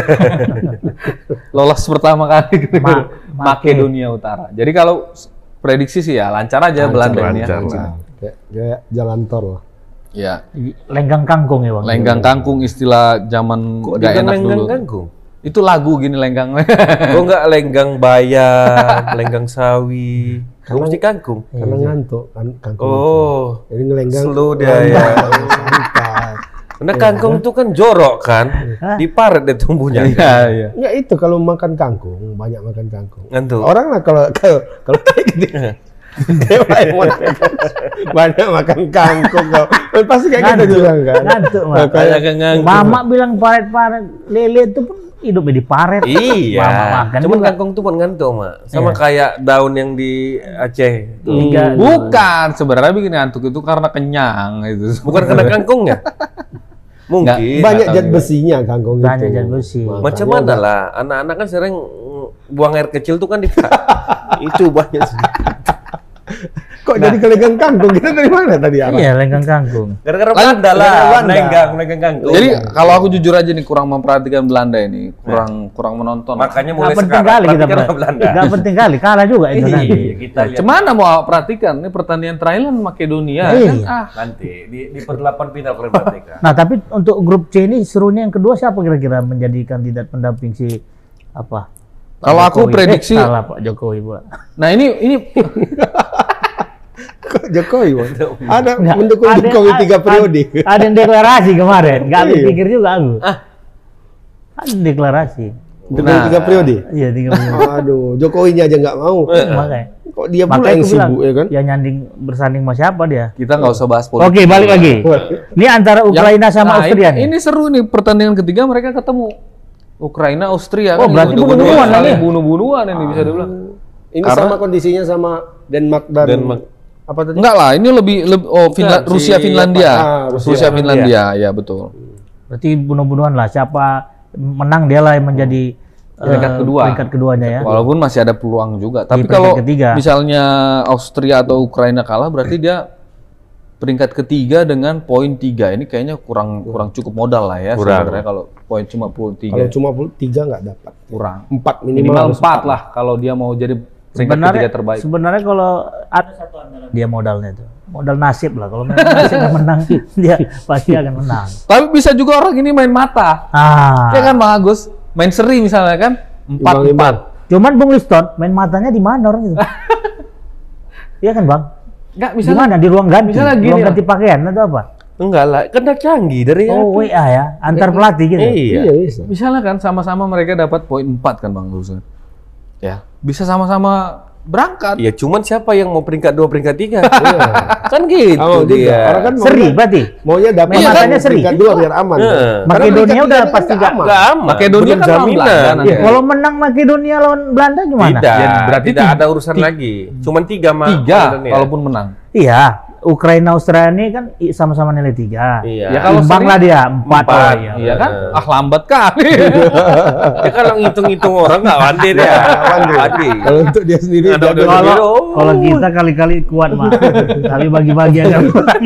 Lolos pertama kali ke Ma- Makedonia Utara. Jadi kalau s- prediksi sih ya lancar aja Belanda ini ya. lancar lah. Kayak, kayak jalan tol lah. Ya, Lenggang kangkung ya bang. lenggang kangkung istilah zaman Kok gak dibilang enak lenggang dulu. kangkung? Itu lagu gini lenggang. Kok nggak lenggang bayam, lenggang sawi? Kok mesti kangkung? Karena ngantuk kan kangkung. Oh, Jadi ngelenggang. slow dia ya. Santai. Karena kangkung itu kan jorok kan, diparet deh tumbuhnya. Iya, iya. Ya itu kalau makan kangkung, banyak makan kangkung. Ngantuk. Orang lah kalau kalau kalau kayak gitu. Dewa yang makan, banyak makan kangkung kau. Pasti kayak gitu Ngantuk. juga kan. Ngantuk, Mak. Nah, kayak Kayak ngantuk. Mama bilang paret-paret lele itu pun hidupnya di paret. Mama Iya, makan cuman juga. kangkung tuh buat ngantuk, Mak. Sama kayak daun yang di Aceh. tuh. Tiga. Bukan, sebenarnya bikin ngantuk itu karena kenyang itu. Bukan karena kangkungnya? Mungkin. banyak tahu zat juga. besinya kangkung itu. Banyak zat besi. Makanya Macam mana lah, anak-anak kan sering mm, buang air kecil tuh kan di itu banyak. Kok jadi kelenggang kangkung? Kita dari mana tadi arah? Iya, lenggang kangkung. Gara-gara Lanjut, Belanda lah, gara-gara Belanda. lenggang, lenggang kangkung. Jadi kalau aku jujur aja nih kurang memperhatikan Belanda ini, kurang kurang menonton. Makanya Nggak mulai penting sekarang kali kita perhatikan per- sama Belanda. nggak penting kali kalah juga itu nanti. Iya, kita lihat Cemana mau perhatikan ini pertandingan terakhir lawan Makedonia Iya. kan? Ah, nanti di di perdelapan final kalian perhatikan. Nah, tapi untuk grup C ini serunya yang kedua siapa kira-kira menjadi kandidat pendamping si apa? Pak Kalau aku Jokowi? prediksi- eh, salah Pak Jokowi, Pak. nah ini ini Kok Jokowi? Bang? Ada Nggak, mendukung ada- Jokowi tiga ada- periode. Ada yang deklarasi kemarin, nggak habis Iya. pikir juga aku. Ada deklarasi. Jokowi Nah. tiga periode. Iya, tiga puluh. Aduh, Jokowinya aja nggak mau. Makanya. Kok dia pula Makanya yang aku bilang, sibuk ya kan? ya nyanding bersanding sama siapa dia? kita nggak usah bahas politik. Oke, balik lagi. Ini antara Ukraina Yang- sama nah, Austria ini, nih. ini seru nih pertandingan ketiga mereka ketemu Ukraina Austria Oh, kan. berarti Bunuh-bunuhan bunuh-bunuhan saling ini. bunuh-bunuhan ini bisa dibilang. Ini Karena- sama kondisinya sama Denmark dan Denmark. Apa tadi? Enggak lah, ini lebih, lebih oh Finla- Bukan, Rusia si Finlandia. apa? Ah, Rusia, Rusia Finlandia, ya betul. Berarti bunuh-bunuhan lah. Siapa menang dia lah yang menjadi Peringkat eh, kedua. Peringkat keduanya ya. Walaupun masih ada peluang juga. Tapi peringkat kalau ketiga. misalnya Austria atau Ukraina kalah, berarti dia peringkat ketiga dengan poin tiga. Ini kayaknya kurang kurang cukup modal lah ya Kurang. sebenarnya kalau poin cuma poin Kalau tiga. cuma tiga nggak dapat. Kurang. Empat minimal. Minimal harus empat lah kalau dia mau jadi peringkat Sebenarnya ketiga terbaik. sebenarnya kalau ada satu andalan dia modalnya itu. Modal nasib lah. Kalau memang nasibnya menang dia pasti akan menang. Tapi bisa juga orang ini main mata. Ah. Ya kan Bang Agus? Main seri misalnya kan? Empat Imbang-imbang. empat. Cuman Bung Liston main matanya di mana orang itu? Iya kan Bang? Enggak Di misalnya mana? Di ruang ganti. misalnya gini ruang lah. ganti pakaian atau apa? Enggak lah, kan udah canggih dari Oh, W A ya, antar pelatih gitu. Iya. Iya bisa. misalnya kan sama-sama mereka dapat poin empat kan Bang Agus. Ya, bisa sama-sama berangkat. Ya cuman siapa yang mau peringkat dua, peringkat tiga? Kan gitu Oh, gitu. dia. Orang kan Seri maunya, berarti. maunya dapat Main matanya seri. peringkat dua biar aman. Heeh. kan? Karena Makedonia peringkat udah tiga pasti kan nggak aman. Enggak aman. Makedonia Belum kan lawan jaminan. Belanda nanti. Ya, kalau menang Makedonia lawan Belanda gimana? Tidak, Ya, berarti tidak ti- ada urusan ti- lagi. Cuman tiga mah. Tiga Makedonia. kalaupun menang. Iya, Ukraina Australia ini kan i- sama-sama nilai tiga. Iya. Ya, kalau Imbang seri, lah dia empat. empat. Oh, iya. Iya kan? Heeh. Ah lambat kali. Ya kalau ngitung-ngitung orang nggak pandai dia. Pandai. Kalau untuk dia sendiri Ada- dia ada- bilang, ada- Kalau kalau kita kali-kali kuat mah, tapi bagi-bagi aja.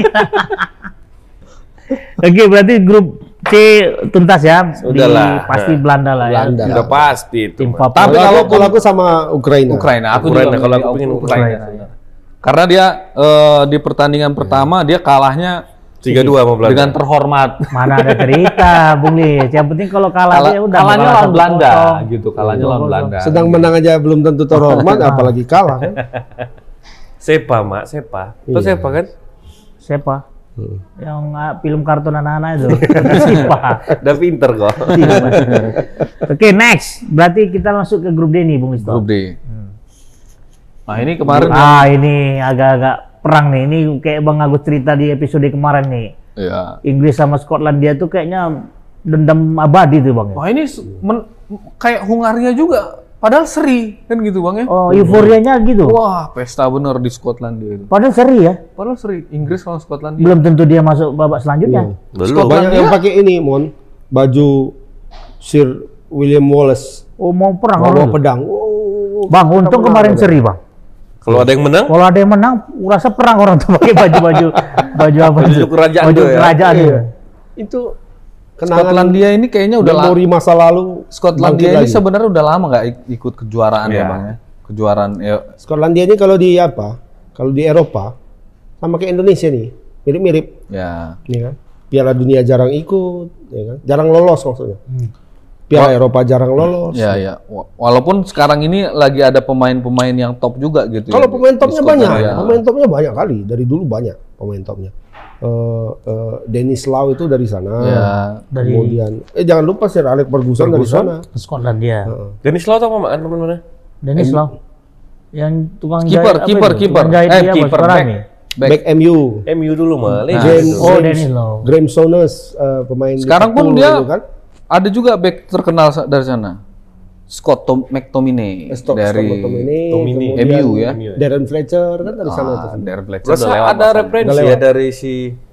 Oke, berarti grup C tuntas ya. Sudahlah. Di, pasti Belanda lah ya. Belanda. Udah pasti itu. Tim mah. Papua. Tapi kalau kalau aku, kalau aku sama Ukraina. Ukraina, aku Ukraina, juga kalau milih aku pengen Ukraina. Ukraina. Karena dia eh, di pertandingan pertama dia kalahnya tiga dua sama Belanda. dengan terhormat. Mana ada cerita, Bung Lis. Yang penting kalau kalah Kalah, ya udah. kalahnya kalah lawan satu Belanda kosong. gitu, kalahnya lawan Belanda. Sedang menang aja belum tentu terhormat, apalagi kalah kan. Sepa, Mak, Sepa. Itu Iya. Sepa kan? Siapa? Hmm. Yang ah, film kartun anak-anak itu. Siapa? Udah pinter kok. Oke, next. Berarti kita masuk ke grup D nih, Bung Listo. Grup D. Nah, ini kemarin Ah, ini agak-agak perang nih. Ini kayak Bang Agus cerita di episode kemarin nih. ya. Inggris sama Skotlandia tuh kayaknya dendam abadi tuh, Bang. Ya? Wah, ini s- men- kayak Hungaria juga. Padahal seri kan gitu Bang ya. Oh, euforianya gitu. Wah, pesta bener di Skotlandia itu. Padahal seri ya. Padahal seri Inggris lawan Skotlandia. Belum tentu dia masuk babak selanjutnya. Belum. Banyak yang pakai ini, Mon. Baju Sir William Wallace. Oh, mau perang Bawa orang itu. pedang. Oh, Bang, untung kemarin seri, Bang. Kalau ada yang menang, Kalau ada yang menang, rasa perang orang tuh pakai baju-baju baju apa Baju itu? kerajaan Baju tuh ya? kerajaan Iya. itu. Itu kenangan Skotlandia ini kayaknya udah lama. memori masa lalu. Skotlandia bangkit ini lagi. sebenarnya udah lama nggak ik- ikut kejuaraan ya Iya. Bang ya. Kejuaraan ya. Skotlandia ini kalau di apa? Kalau di Eropa sama kayak Indonesia nih, mirip-mirip, Ya. nih kan. Piala Dunia jarang ikut, ya kan? Jarang lolos maksudnya. Piala Eropa jarang lolos. Ya, ya. Wa- Walaupun sekarang ini lagi ada pemain-pemain yang top juga gitu. Kalau ya, pemain di- di topnya banyak, Skotlandia. pemain topnya banyak kali. Dari dulu banyak pemain topnya. Eh eh, Dennis Lau itu dari sana. Ya. Dari Kemudian, eh jangan lupa Sir Alex Ferguson, dari sana. Skotlandia. Heeh. Dennis Lau tau apa Mak? Teman-teman? Dennis Lau. Yang tukang Kiper, jahit apa kiper, itu? kiper. Tukang jahit Eh, dia apa? kiper, Sukarami. back. Back. Back M U. M U dulu mah. Nah, James, Oh, James- Dennis Lau. Graham Souness, eh, pemain Sekarang pun Liverpool dia itu kan. ada juga back terkenal sa- dari sana. Scott Tom- McTominay Stock dari Tomini, Tomini. kemudian M U ya. Darren Fletcher kan dari sana Ah, tuh. Darren Fletcher Rasa udah lewat ada masanya. referensi Udah ya lewat. dari si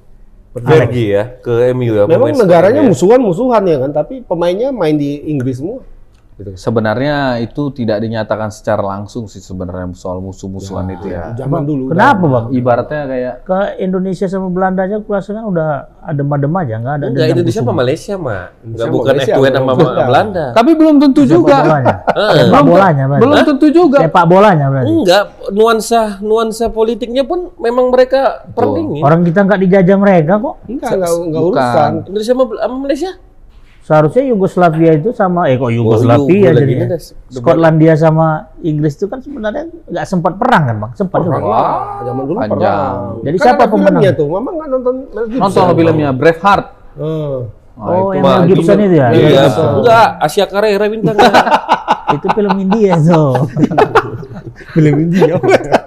Fergie ya ke M U ya. Memang pemain negaranya sekarang ya. musuhan-musuhan ya kan, tapi pemainnya main di Inggris semua. Gitu. Sebenarnya itu tidak dinyatakan secara langsung sih sebenarnya soal musuh-musuhan itu ya. Zaman dulu. Kenapa, Bang? Ibaratnya kayak Ke Indonesia sama Belanda aja kurasa kan udah adem-adem aja, nggak ada Enggak, dendam Indonesia khusus. sama Malaysia mah. Enggak Indonesia bukan Malaysia, F dua sama bukan Belanda. Belanda. Belanda. tapi belum tentu Sepak juga. bolanya. Eh, Sepak bolanya berarti. Belum tentu juga. Sepak bolanya berarti. Enggak, nuansa nuansa politiknya pun memang mereka pertingin. Orang kita nggak dijajah mereka kok. Enggak, enggak, enggak Bukan. urusan. Indonesia sama, sama Malaysia? Seharusnya Yugoslavia itu sama eh kok Yugo Yugoslavia lagi jadinya. ini dah. Skotlandia sama Inggris itu kan sebenarnya nggak sempat perang kan, Bang? Sempat juga. Wah, zaman dulu panjang. perang. Jadi Kan siapa ada filmnya pemenang? tuh? Mama nggak nonton Mel Gibson. Nonton lo filmnya Braveheart. Eh. Nah, Oh, itu yang mah- Mel Gibson itu ya? Iya, betul. enggak, Asia Carrera bintangnya. Itu film India tuh. Film India.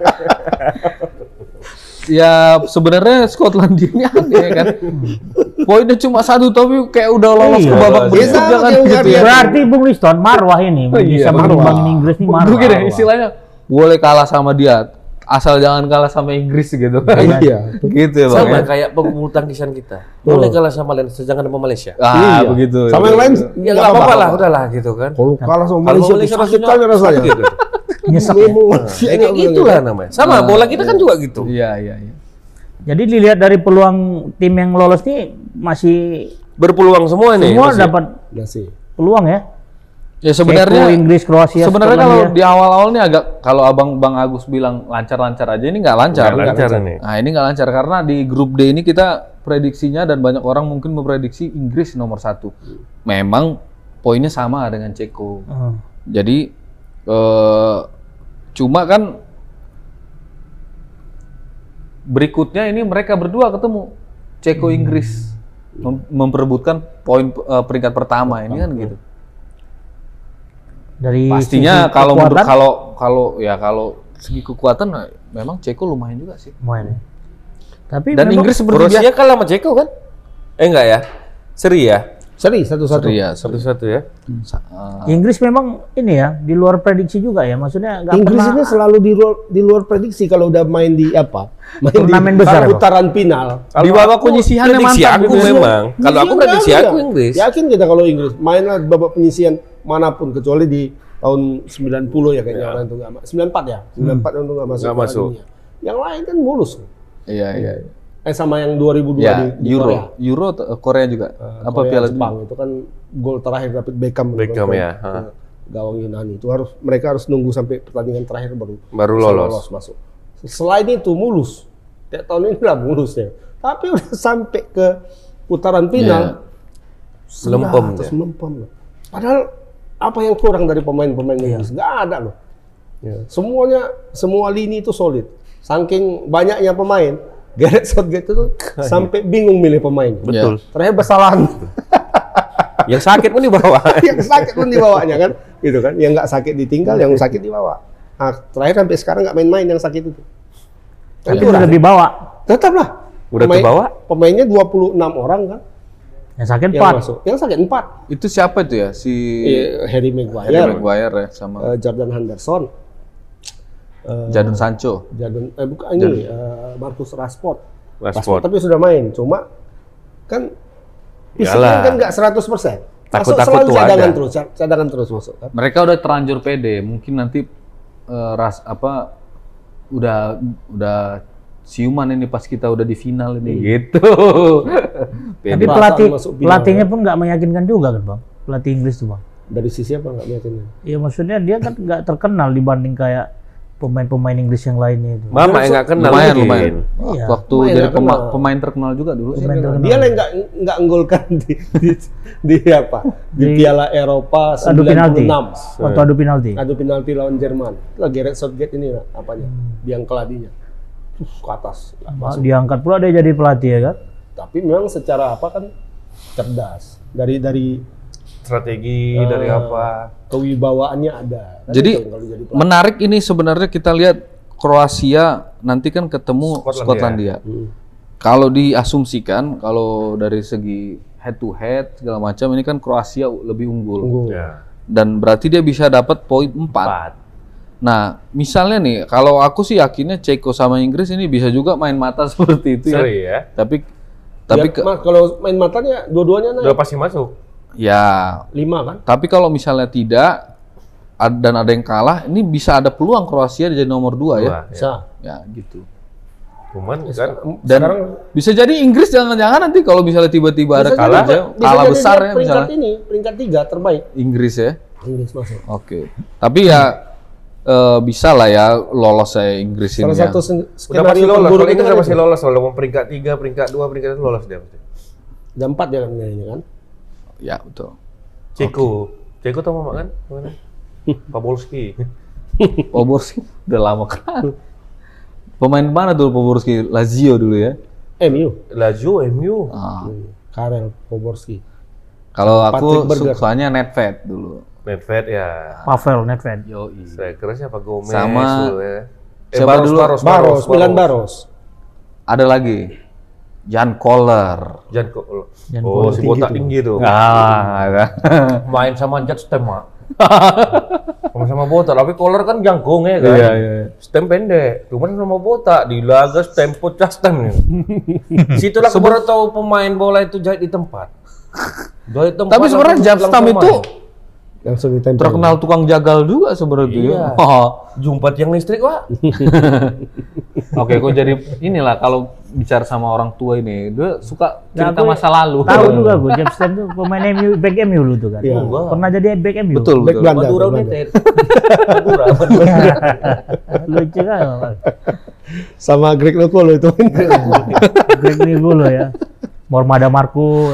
Ya sebenarnya Skotlandia ini aneh kan. Poinnya cuma satu tapi kayak udah lolos Iya. ke babak Iya, berikutnya sama kan kayak gitu ya. Hungaria. Berarti Bung Liston marwah ini Oh, iya, bisa marwah. mengimbangin Inggris nih marwah. Mungkin ya istilahnya boleh kalah sama dia. asal jangan kalah sama Inggris gitu kan. Iya. Gitu ya Bang. Sama ya? kayak pebulu tangkisan kita. Boleh kalah sama Malaysia, jangan sama Malaysia. Ah, Iya. begitu. Sama yang lain Ya nggak apa-apa lah, udahlah gitu kan. Kalau kalah sama Kalau Malaysia, Malaysia sakit rasanya kali rasanya. sakit. Nyesek ya. Ya, kayak gitulah namanya. Sama bola kita kan juga gitu. Iya, iya, iya. Jadi dilihat dari peluang tim yang lolos nih masih Berpeluang semua nih. semua masih. dapat Masih. peluang ya. Ya sebenarnya Ceko, Inggris, Kroasia. sebenarnya kalau Skotlandia. di awal-awal nih agak kalau Abang Bang Agus bilang lancar-lancar aja, ini nggak lancar. Nggak lancar ini. Nah, ini nggak lancar karena di grup D ini kita prediksinya dan banyak orang mungkin memprediksi Inggris nomor satu. Memang poinnya sama dengan Ceko. Hmm. Jadi eh, cuma kan berikutnya ini mereka berdua ketemu Ceko Inggris mem- memperebutkan poin eh, peringkat pertama ini kan gitu. Dari Pastinya sisi kalau menurut kekuatan, kalau kalau ya kalau segi kekuatan nah, memang Ceko lumayan juga sih. main ya. Tapi Dan memang Inggris seperti biasa. Kroasia kalah sama Ceko kan? Eh enggak ya? Seri ya? Seri satu-satu. Ya, Satu-satu ya. Inggris memang ini ya di luar prediksi juga ya, maksudnya nggak Inggris pernah ini selalu di luar, di luar prediksi kalau udah main di apa? Main Turnamen di besar, Bang. putaran final. Di babak penyisihannya prediksi mantap aku gitu. memang. Kalau aku Penyisihan prediksi nggak aku ada. Inggris. Yakin kita kalau Inggris mainlah babak penyisihan manapun kecuali di tahun sembilan puluh ya kayaknya orang itu nggak masuk. sembilan puluh empat ya, sembilan puluh empat itu nggak masuk. Nggak Piala masuk. Dunia. Yang lain kan mulus. Iya, iya. Eh sama yang dua ribu dua Ya, di, di Euro, Korea. Euro t- Korea juga. Uh, Apa Korea, Piala Jepang Dunia? itu kan gol terakhir David Beckham. Beckham, Ke- ya, ke ha. Gawang Yunani itu harus mereka harus nunggu sampai pertandingan terakhir baru Baru bisa lolos. masuk. Selain itu mulus. Tiap tahun ini lah mulusnya. Tapi udah sampai ke putaran final Selempem ya, terus dia. melempem loh. Padahal apa yang kurang dari pemain-pemain Inggris? Nggak ada loh. Ya, semuanya semua lini itu solid. Saking banyaknya pemain, Gareth Southgate itu sampai bingung milih pemain. Betul. Terakhir kesalahan. Yang sakit pun dibawa. yang sakit pun dibawanya kan, gitu kan? Yang nggak sakit ditinggal, yang sakit dibawa. Nah, terakhir sampai sekarang nggak main-main yang sakit itu. tapi udah dibawa. Tetaplah. Udah terbawa? Pemainnya dua puluh enam orang kan Yang sakit yang empat. masuk. Yang sakit empat. Itu siapa itu ya? Si Iya, Harry Maguire, Harry Maguire ya sama eh, Jordan Henderson, eh, Jadon Sancho. Jadon, eh bukan ini, eh, Marcus Rashford. Rashford. tapi sudah main, cuma kan Iyalah. fisiknya kan nggak seratus persen. Takut-takut selalu tuh cadangan ada. terus, cadangan terus masuk kan. Mereka udah terlanjur pede, mungkin nanti eh, ras apa udah udah siuman ini pas kita udah di final ini gitu. Tapi Pede. pelatih masuk final, pelatihnya pun nggak meyakinkan juga kan bang, pelatih Inggris tuh bang. Dari sisi apa nggak meyakinkan? Iya maksudnya dia kan nggak terkenal dibanding kayak pemain-pemain Inggris yang lainnya itu. Mama yang nggak kenal lumayan mungkin. lumayan. Iya. Waktu Lumayan jadi nggak pema- kenal. pemain terkenal juga dulu sih. Pemain terkenal. Dia lah yang nggak nggak unggulkan di, di, di apa di, Di- Piala Eropa Adu sembilan penalti. puluh enam Waktu adu penalti. adu penalti lawan Jerman. Itulah Gareth Southgate ini lah, apanya Hmm. biang keladinya uh, ke atas nggak masuk. Diangkat pula dia jadi pelatih ya kan. Tapi memang secara apa kan cerdas dari dari Strategi Eh, dari apa? kewibawaannya ada. Kan Jadi itu kalau jadi pelatih. menarik ini sebenarnya kita lihat Kroasia nanti kan ketemu Skotlandia. Skotlandia. Hmm. Kalau diasumsikan kalau dari segi head to head segala macam ini kan Kroasia lebih unggul. Unggul. Ya. Dan berarti dia bisa dapat poin empat. Empat. Nah, misalnya nih, kalau aku sih yakinnya Ceko sama Inggris ini bisa juga main mata seperti itu ya. Seri ya. Tapi tapi Ya, ke- Mas, kalau main matanya dua-duanya naik Udah pasti masuk. ya, lima kan. tapi kalau misalnya tidak ad- dan ada yang kalah, ini bisa ada peluang Kroasia jadi nomor dua ya. Dua, ya. Bisa. Ya, gitu. Cuman kan Dan Sekarang bisa jadi Inggris jangan-jangan nanti kalau misalnya tiba-tiba ada bisa kalah jadi- ya, bisa kalah jadi besar dia ya peringkat misalnya. ini peringkat tiga terbaik Inggris ya. Inggris masuk. Oke. Tapi ya eh, bisa lah ya lolos saya Inggris ini Salah ya. satu sen- udah pasti skenario lolos. terburuk Kalau itu Inggris kan udah pasti itu. lolos. Kalau mau peringkat tiga, peringkat dua, peringkat itu lolos dia pasti. Ada empat ya kan nilainya kan. Ya, betul. Ceko. Ceko tau Mama kan? Mana? Pabolski. Poborski udah lama kan. Pemain mana dulu Poborski? Lazio dulu ya. M U. Lazio, M U. Ah. Karel Poborski. Kalau aku Patrick Berger. sukanya Nedved dulu. Nedved ya. Pavel Nedved. Yo, Strikernya siapa? Gomez Sama- dulu ya. siapa dulu? Baros, Milan Baros. ada lagi Jan Koller. Jan kok. Jan Oh, Koller si tinggi botak tuh. tinggi tuh. Ah, kan. Main sama Jan Stema. Sama-sama botak, tapi collar kan jangkung ya kan. Iya, iya. Stem pendek, cuman sama botak di laga stem pecah stem. Situlah aku baru tahu pemain bola itu jahit di tempat. Jahit tempat. Tapi sebenarnya Jab Stam itu Langsung ditempel. terkenal tukang jagal juga sebenarnya. Iya. Oh. Jumpa tiang listrik, Pak. Oke, kok jadi inilah kalau bicara sama orang tua ini, dia suka Nah, cerita aku masa lalu. Tahu juga gue, James Stam tuh pemain M U, back M U dulu tuh kan. Iya. Pernah jadi back M U. Betul, Back betul. Belanda. Madura Belanda. United. Madura, Madura. Lucu kan. Bang. Sama Greg Lokolo itu. Greg Nigolo ya. Mormada Marco.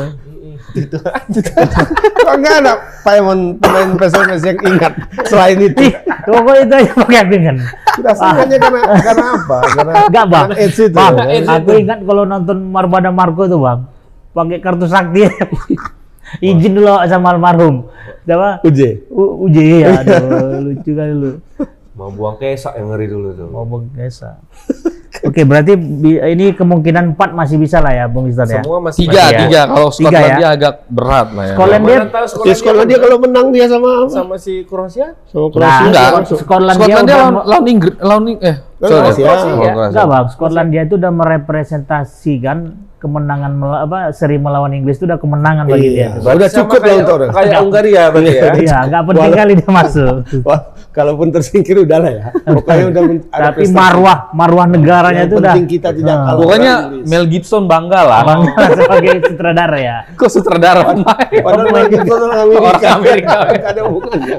Kok nggak ada pemain pemain P S M S yang ingat selain itu? Ih, pokoknya itu aja pakai kan. Rasanya karena karena apa? Karena Enggak, Bang. karena AIDS itu. Bang, ya. aku ingat kalau nonton Mormada Marco tuh, Bang. Pakai kartu sakti. Izin dulu sama almarhum. Siapa? U J. U J ya, aduh, lucu kali lu. Mau buang kesak yang ngeri dulu tuh. Ngomong Kesa. Oke, berarti bi- ini kemungkinan empat masih bisa lah ya, Bung Istan ya. Semua masih Tiga, Iya. tiga. Kalau Tiga Skotlandia ya? agak berat lah ya. Scotland dia Mana tahu Di sekolah dia kalau menang dia sama apa? sama si Kroasia? Sama Nah, Kroasia. enggak. langsung. Skotlandia Skotlandia udah lawan lawan Inggris, lawan Ing- eh sorry. Kroasia. Oh, Kroasia. Kroasia. enggak, Bang. Skotlandia itu udah merepresentasikan kemenangan mela- apa seri melawan Inggris itu udah kemenangan bagi Iya. dia. tuh. Udah Sama cukup lah kayak- untuk orang. Kayak Hungaria berarti ya. Iya, enggak penting Walau- kali dia masuk. Wah, kalaupun tersingkir udah lah ya. Pokoknya udah men- ada Tapi prestasi. marwah, marwah negaranya Yang itu udah penting kita tidak Ah. kalah. Pokoknya sama Inggris. Mel Gibson bangga lah. bangga sebagai sutradara ya. Kok sutradara pemain? Padahal Mel Gibson orang Amerika. Orang Amerika. Nggak ada hubungannya.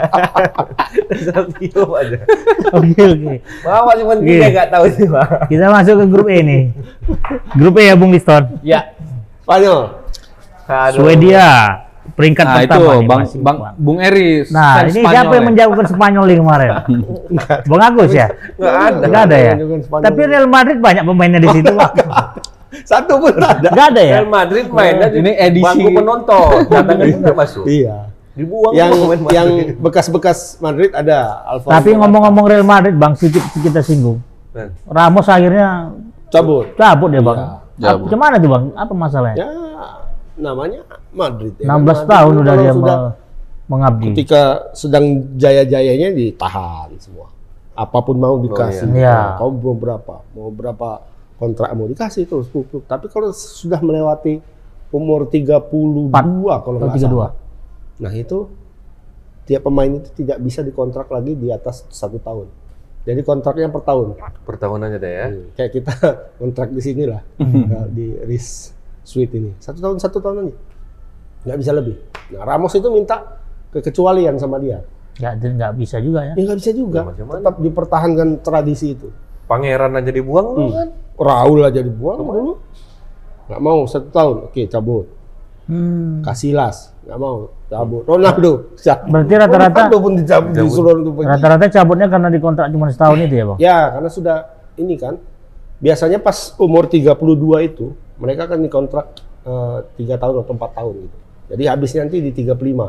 Satu aja. Oke, oke. Bawa cuma tiga Oke. enggak tahu sih, Pak. Kita masuk ke grup E nih. Grup E ya, Bung Liston. Ya. Spanyol. Aduh. Swedia peringkat Nah itu pertama nih, Bang masih, Bang Bang. Bung Eri. Nah, fans ini Spanyol siapa yang ya? menjauhkan Spanyol nih kemarin? Bang Agus ya? Enggak ada. Enggak ada ya? Menjauhkan Spanyol. Tapi Real Madrid banyak pemainnya di situ, Bang. Satu pun tak ada. Enggak ada ya? Real Madrid mainnya di Ini edisi- bangku penonton. Cadangan enggak masuk. Iya. Dibuang Yang semua pemain yang Madrid. bekas-bekas Madrid ada Alvaro. Tapi ngomong-ngomong Real Madrid, Bang, sedikit kita singgung. Nah, Ramos akhirnya cabut. cabut ya, Bang. Iya, Apa- Gimana tuh, Bang? Apa masalahnya? Ya namanya Madrid. ya. enam belas Madrid tahun itu udah kalau dia sudah me- mengabdi. ketika sedang jaya-jayanya ditahan semua. Apapun mau dikasih. iya. Kau mau berapa? Mau berapa kontrak mau dikasih terus. Puk, puk. Tapi kalau sudah melewati umur tiga puluh dua kalau atau nggak tiga puluh dua. salah. Nah itu tiap pemain itu tidak bisa dikontrak lagi di atas satu tahun. Jadi kontraknya per tahun. per tahun aja deh ya. Hmm, Kayak kita kontrak di sini lah di Riz Suite ini satu tahun satu tahun aja, nggak bisa lebih. Nah Ramos itu minta kekecualian sama dia. Nggak, nggak bisa juga ya. Ya nggak bisa juga. Ya, macam-macam. Tetap dipertahankan tradisi itu. Pangeran aja dibuang dulu kan. Raul aja dibuang dulu. Nggak mau satu tahun, oke cabut. Hmm. Casillas nggak mau cabut. Ronaldo, cabut. Berarti rata-rata- Ronaldo pun dicabut, disuruh untuk pergi. Rata-rata cabutnya karena dikontrak cuma setahun itu ya, Bang? Ya karena sudah ini kan. Biasanya pas umur tiga puluh dua itu mereka kan dikontrak tiga tahun atau empat tahun gitu. Jadi habisnya nanti di tiga puluh lima.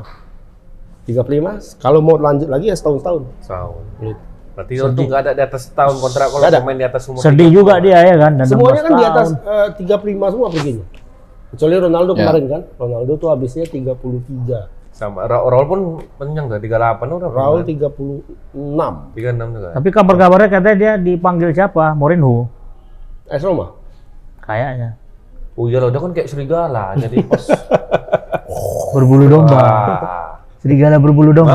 tiga puluh lima kalau mau lanjut lagi ya setahun-setahun. Tahun. Gitu. Berarti untuk nggak ada di atas setahun kontrak kalau Nggak ada. pemain di atas umur Sedih tiga puluh. juga dia ya kan, dan Semuanya kan di atas tahun. eh, tiga puluh lima semua perginya. Kecuali Ronaldo Ya. kemarin kan. Ronaldo tuh habisnya tiga puluh tiga. Sama Ra- Raul pun panjang tuh tiga puluh delapan udah. Raul tiga puluh enam. tiga puluh enam juga. Tapi kabar-kabarnya katanya dia dipanggil siapa? Mourinho. AS Roma. Kayaknya. Oh iya loh, dia kan kayak serigala. Jadi pas Berbulu domba. Wah. Serigala berbulu domba.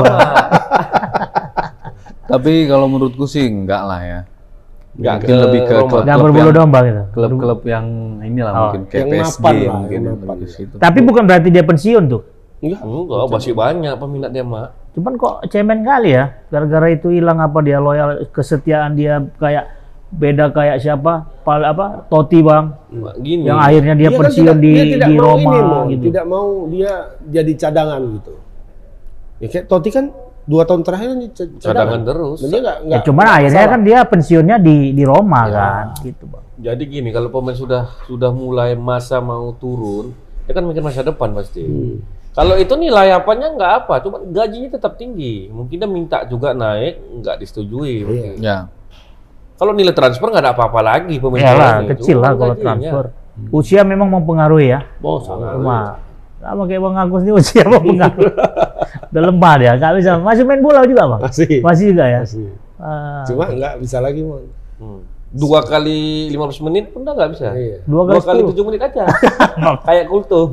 Tapi kalau menurutku sih enggak lah ya. Nggak Mungkin ke lebih ke Roma. klub-klub Nggak berbulu yang- domba gitu. klub-klub yang inilah Oh, mungkin kayak yang P S G mapan lah, mungkin yang yang mapan. lebih situ. Tapi bukan berarti dia pensiun tuh. Enggak. Enggak, masih banyak peminat dia, Mak. Cuman kok cemen kali ya. Gara-gara itu hilang apa dia loyal, kesetiaan dia kayak beda kayak siapa? Pal apa? Totti, Bang. Mak, Gini. Yang akhirnya dia, kan pensiun tidak- di dia tidak di mau Roma ini, Mo. gitu. Tidak mau dia jadi cadangan gitu. Ya kayak Totti kan dua tahun terakhir kan c- Cadangan terus. Dan dia nggak Ya nggak cuman nggak akhirnya salah. kan dia pensiunnya di di Roma kan, gitu, Bang. Jadi gini, kalau pemain sudah sudah mulai masa mau turun, dia kan mikir masa depan pasti. Hmm. Kalau itu nih layapannya nggak apa, cuma gajinya tetap tinggi. Mungkin dia minta juga naik, nggak disetujui. mungkin. Ya. Kalau nilai transfer nggak ada apa-apa lagi pemain Ya lah, ini. kecil Cuma lah kalau gajinya. transfer. Usia memang mempengaruhi ya. Oh, sangat. Cuma sama kayak Bang Agus nih usia mempengaruhi. Udah lemah dia, nggak bisa. Masih main bola juga bang? Masih. Masih juga ya? Masih. Ah, Cuma nggak bisa lagi, Mon. Hmm. Dua kali lima belas menit pun udah nggak bisa. Iya. dua kali Dua kali sepuluh. tujuh menit aja. Kayak kultum.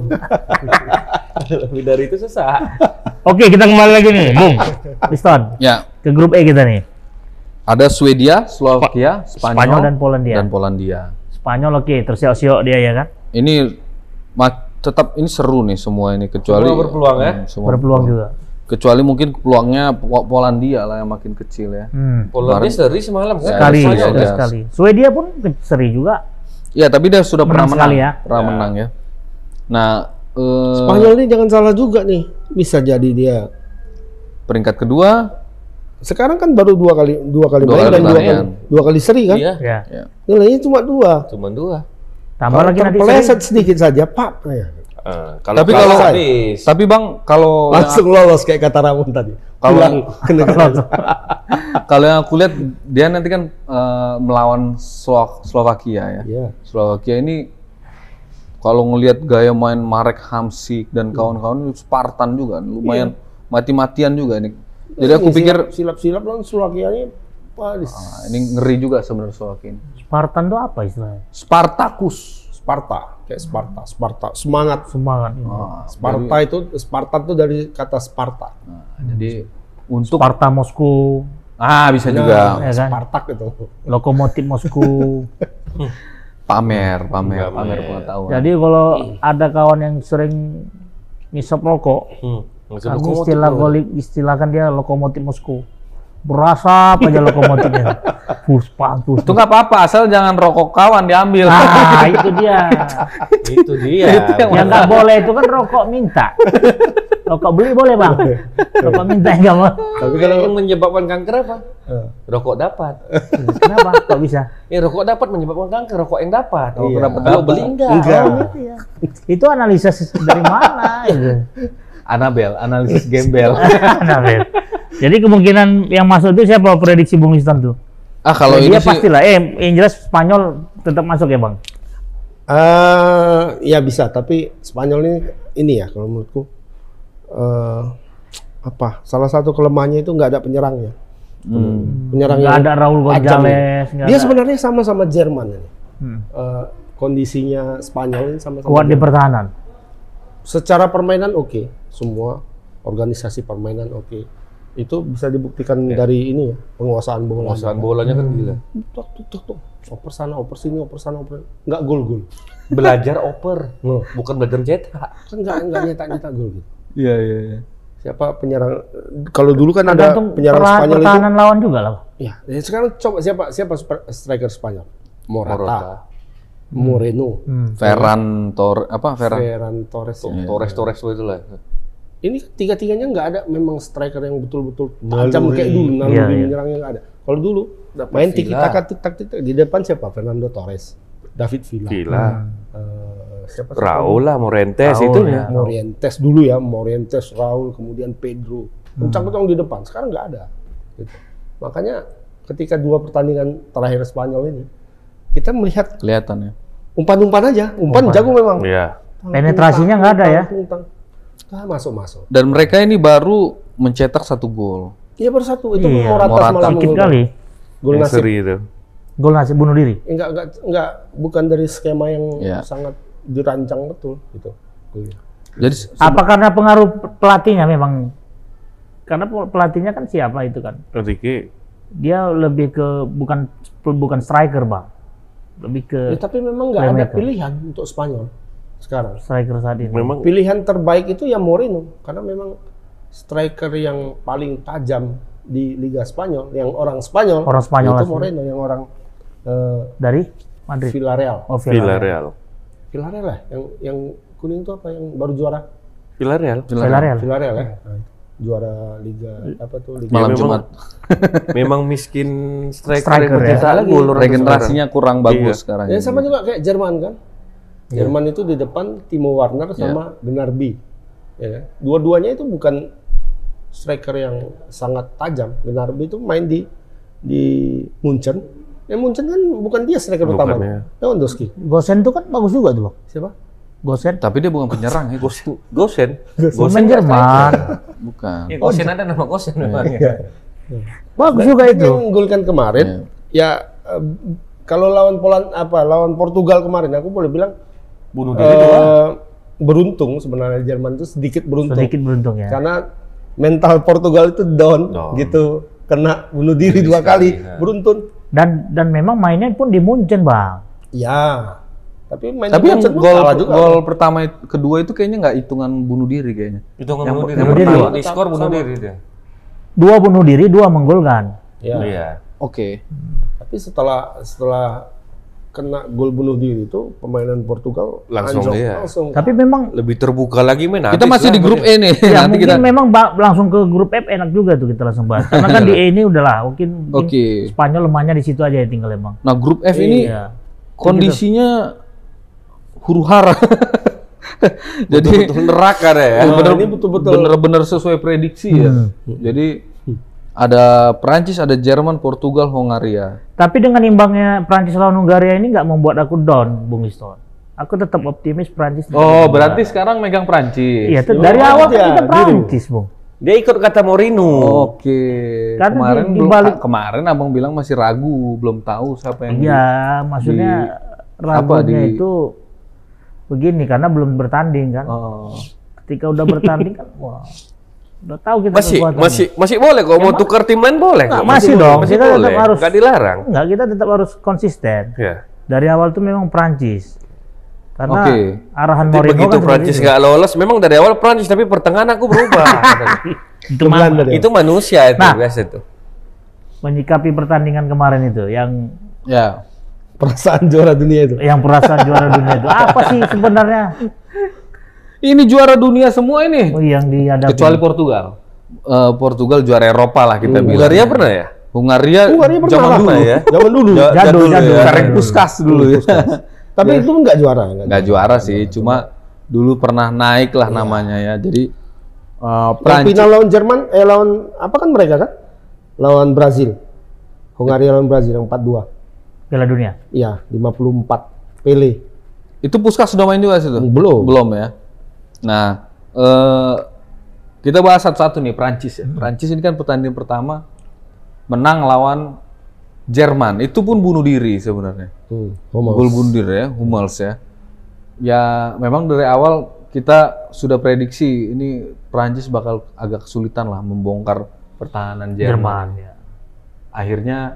Lebih dari itu susah. Oke, kita kembali lagi nih, Bung. Piston. Ya, Ke grup E kita nih. ada Swedia, Slovakia, Spanyol, Spanyol dan Polandia. dan Polandia. Spanyol oke, tersiok-siok dia ya kan? Ini ma- tetap ini seru nih semua ini kecuali Semua berpeluang ya? Hmm, semua Berpeluang juga. Kecuali mungkin peluangnya Po- Polandia lah yang makin kecil ya. Hmm. Polandia seri semalam kan? Sekali, Spanyol sekali, ya. sekali. Swedia pun ke- seri juga. Ya, tapi dia sudah pernah Menang menang, sekali ya. pernah menang ya. Nah, eh, Spanyol ini jangan salah juga nih. Bisa jadi dia. peringkat kedua, Sekarang kan baru dua kali dua kali Dua main kali dan dua kali pertandingan. dua kali seri kan? Iya, Ya. ya. Nilainya cuma dua. cuma dua. Tambah Kalau lagi nanti terpeleset seri. sedikit saja, pak. Ya. Ah, kalau Tapi kalah kalau- habis. Tapi Bang, kalau Langsung lolos kayak kata Ramon tadi. Kalau- Pulang ke negara. kalau yang aku lihat dia nanti kan eh, melawan Slo- Slovakia ya. Iya. Slovakia ini kalau ngelihat gaya main Marek Hamsik dan kawan-kawan itu Spartan juga, lumayan mati-matian juga ini. Jadi aku Ini pikir silap- silap-silap lawan Slovakia ini Paris. ah, ini ngeri juga sebenarnya Slovakia ini. Spartan tuh apa istilahnya? Spartacus. Sparta, kayak Sparta, Sparta, semangat. Semangat. ya. Ah, Sparta itu Sparta itu dari kata Sparta. nah, jadi untuk Sparta Moskow, ah bisa juga ya kan? Spartak itu. Lokomotif Moskow. pamer, pamer, pamer pengetahuan. Jadi kalau ada kawan yang sering ngisap rokok, Hmm. Masih kami lokomotif istilah loh. golik istilahkan dia lokomotif Moskow. Berasap aja lokomotifnya. Puspa, Itu puspa. nggak apa-apa, asal jangan rokok kawan diambil. Ah, itu dia. Itu dia. Itu yang Yang nggak boleh itu kan rokok minta. Rokok beli boleh bang. Rokok minta yang nggak mau. Tapi Kalau kalau yang menyebabkan kanker apa? Eh, Rokok dapat. Kenapa? Kok bisa? Eh rokok dapat menyebabkan kanker, rokok yang dapat. Iya. Rokok dapat. Kalau beli enggak. Enggak. Oh, gitu ya. Itu analisis dari mana? Gitu. Anabel, analisis gembel. Nah, Ben. Jadi kemungkinan yang masuk itu siapa prediksi Bung Liston tuh? ah kalau Ya, ini dia sih pastilah. Eh, yang jelas Spanyol tetap masuk ya bang. eh, ya bisa, tapi Spanyol ini ini ya kalau menurutku eh, apa? Salah satu kelemahannya itu nggak ada penyerangnya. hmm, Penyerang Nggak yang ada Raul tajam ini. Gonzalez. nggak Dia ada. sebenarnya sama-sama Jerman ini. Hmm. Eh, kondisinya Spanyol ini sama-sama Kuat di Jerman. pertahanan. Secara permainan oke, semua organisasi permainan oke. Itu bisa dibuktikan dari ini ya, penguasaan bola. Penguasaan bolanya kan gila. Tuk, tuk, tuk, tuk. Oper sana, oper sini, oper sana, oper. Nggak gol-gol. Belajar oper, Oh. bukan belajar cetak. Kan nggak nggak nyetak-nyetak gol gitu. iya iya iya. Siapa penyerang? Kalau dulu kan ada Tergantung penyerang pertahanan, Spanyol itu. pertahanan lawan juga lah. Ya, ya, sekarang coba siapa siapa sp- striker Spanyol? Morata, Morata. Moreno, Hmm. Ferran Tor apa Ferran? Ferran Torres. ya. Torres Torres itu lah. Ini tiga-tiganya nggak ada memang striker yang betul-betul tajam Naluri. kayak dulu, naluri Iya, iya. menyerangnya nggak ada. Kalau dulu main Villa. tiki taka tik tak tik tak di depan siapa? Fernando Torres, David Villa, Gila. Eh, siapa? Raul lah, Morentes Raul, itu ya. ya. Morientes dulu ya, Morientes, Raul, kemudian Pedro. Kencang-kencang di depan. Sekarang nggak ada. Gitu. Makanya ketika dua pertandingan terakhir Spanyol ini, kita melihat Kelihatan ya. umpan-umpan aja. Umpan, jago memang. Iya. Penetrasinya nggak ada ya? Ah, masuk-masuk. Dan mereka ini baru mencetak satu gol. Iya baru satu. Itu Iya, Morata Morata. semalam Sedikit menggolkan. kali. Gol Yang nasib. seri itu. Gol nasib bunuh diri. Enggak, enggak, enggak, bukan dari skema yang Iya. sangat dirancang betul gitu. Golnya. Jadi Apa karena pengaruh pelatihnya memang? Karena pelatihnya kan siapa itu kan? Enrique. Dia lebih ke bukan bukan striker bang, lebih ke Ya, tapi memang nggak ada playmaker. pilihan untuk Spanyol sekarang. striker saat ini. Memang Pilihan terbaik itu ya Moreno karena memang striker yang paling tajam di Liga Spanyol, yang orang Spanyol, Orang Spanyol itu asli. Moreno, yang orang eh, Dari Madrid. Villarreal. Oh, Villarreal. Villarreal. Villarreal lah, yang yang kuning itu apa yang baru juara? Villarreal. Villarreal. Villarreal ya, Nah, juara Liga apa tuh? Liga malam memang- Jumat. Memang miskin striker, Striker yang ya. pencetak Lagi gol. Regenerasinya kurang bagus Iya. sekarang. Ya ini. sama juga kayak Jerman kan. Jerman itu di depan Timo Werner sama Gnabry. Ya kan? Dua-duanya itu bukan striker yang sangat tajam. Gnabry itu main di di Munchen. Ya Munchen kan bukan dia striker Bukan, utama. ya. Lewandowski. Gosen itu kan bagus juga tuh bang. Siapa? Gosen. Tapi dia bukan penyerang ya. Gosen. Gosen. Pemain Jerman. Bukan. Ya, Gosen ada nama Gosen memangnya. Bagus juga itu. Yang menggolkan kemarin, ya eh, kalau lawan Poland apa lawan Portugal kemarin, aku boleh bilang Bunuh diri eh, doang. beruntung sebenarnya Jerman itu sedikit beruntung. Sedikit beruntung ya. Karena mental Portugal itu down, Down. gitu, kena bunuh diri Diri dua sekali, kali, ya. beruntun. Dan dan memang mainnya pun di Munchen, Bang. Ya, tapi main Tapi yang Munchen pun gol kalah juga. gol pertama itu- kedua itu kayaknya nggak hitungan bunuh diri kayaknya. Itu nggak Yang bunuh diri. bunuh diri Pertama dua. di skor bunuh diri dia. Dua bunuh diri, dua menggolkan. Ya. Iya. Oke. Tapi setelah setelah kena gol bunuh diri itu pemainan Portugal Langsung, anjlok, iya. langsung. Tapi memang Lebih terbuka lagi main. Kita masih di grup E nih. ya Nanti mungkin kita. memang ba- langsung ke grup F enak juga tuh kita langsung bahas. Karena kan di E ini udahlah, mungkin, mungkin Oke. Spanyol lemahnya di situ aja ya tinggal emang. Nah grup F ini Iya. kondisinya huru hara. Jadi Betul-betul neraka deh ya. Nah, bener, ini betul-betul- bener-bener sesuai prediksi ya. Jadi ada Prancis, ada Jerman, Portugal, Hongaria. Tapi dengan imbangnya Prancis lawan Hungaria ini nggak membuat aku down, Bung Iston. Aku tetap optimis Prancis. Oh, berarti sekarang megang Prancis. Iya, tuh, Iya, dari awal kan iya, kita biru. Prancis, Bung. Dia ikut kata Mourinho. Oke. Karena kemarin di- di belum balik- kemarin Abang bilang masih ragu, belum tahu siapa yang Iya, maksudnya apa, ragunya di- itu begini karena belum bertanding kan. Oh. Ketika udah bertanding kan, wah, udah tahu kita Masih kekuatannya. masih masih boleh kok mau tukar tim main boleh. Nggak, kok. masih dong. Masih Kita tetap boleh. harus- Nggak dilarang. Enggak, kita tetap harus konsisten. Ya. Dari awal tuh memang Prancis. Karena Oke. arahan Nanti Mourinho begitu kan Prancis seperti itu. nggak lolos, memang dari awal Prancis tapi pertengahan aku berubah. Itu Belanda mah- dia. Itu manusia itu Nah. biasa tuh. menyikapi pertandingan kemarin itu yang Ya. Perasaan juara dunia itu. yang perasaan juara dunia itu apa sih sebenarnya Ini juara dunia semua ini. oh, yang dihadapi? Kecuali Portugal. Eh, Portugal juara Eropa lah kita bilang. Hungaria pernah ya? Hungaria, Hungaria pernah zaman lah. dulu ya. Zaman dulu. Ja- Jadul, ya. jadul. Karek Puskas dulu ya. Tapi itu enggak juara, enggak. Nggak juara sih, cuma dulu pernah naik lah namanya ya. Jadi eh, Yang Prancis final lawan Jerman, eh lawan apa kan mereka kan? Lawan Brazil. Hungaria lawan Brazil yang empat dua. Piala Dunia. Iya, lima puluh empat. Pele. itu Puskas sudah main juga situ? Belum. Belum ya. Nah, eh, kita bahas satu-satu nih Prancis ya. Prancis ini kan pertandingan pertama menang lawan Jerman. Itu pun bunuh diri sebenarnya. Hmm, Hummels. Gol bunuh diri ya, Hummels ya. Ya memang dari awal kita sudah prediksi ini Prancis bakal agak kesulitan lah membongkar pertahanan Jerman. Jerman ya. Akhirnya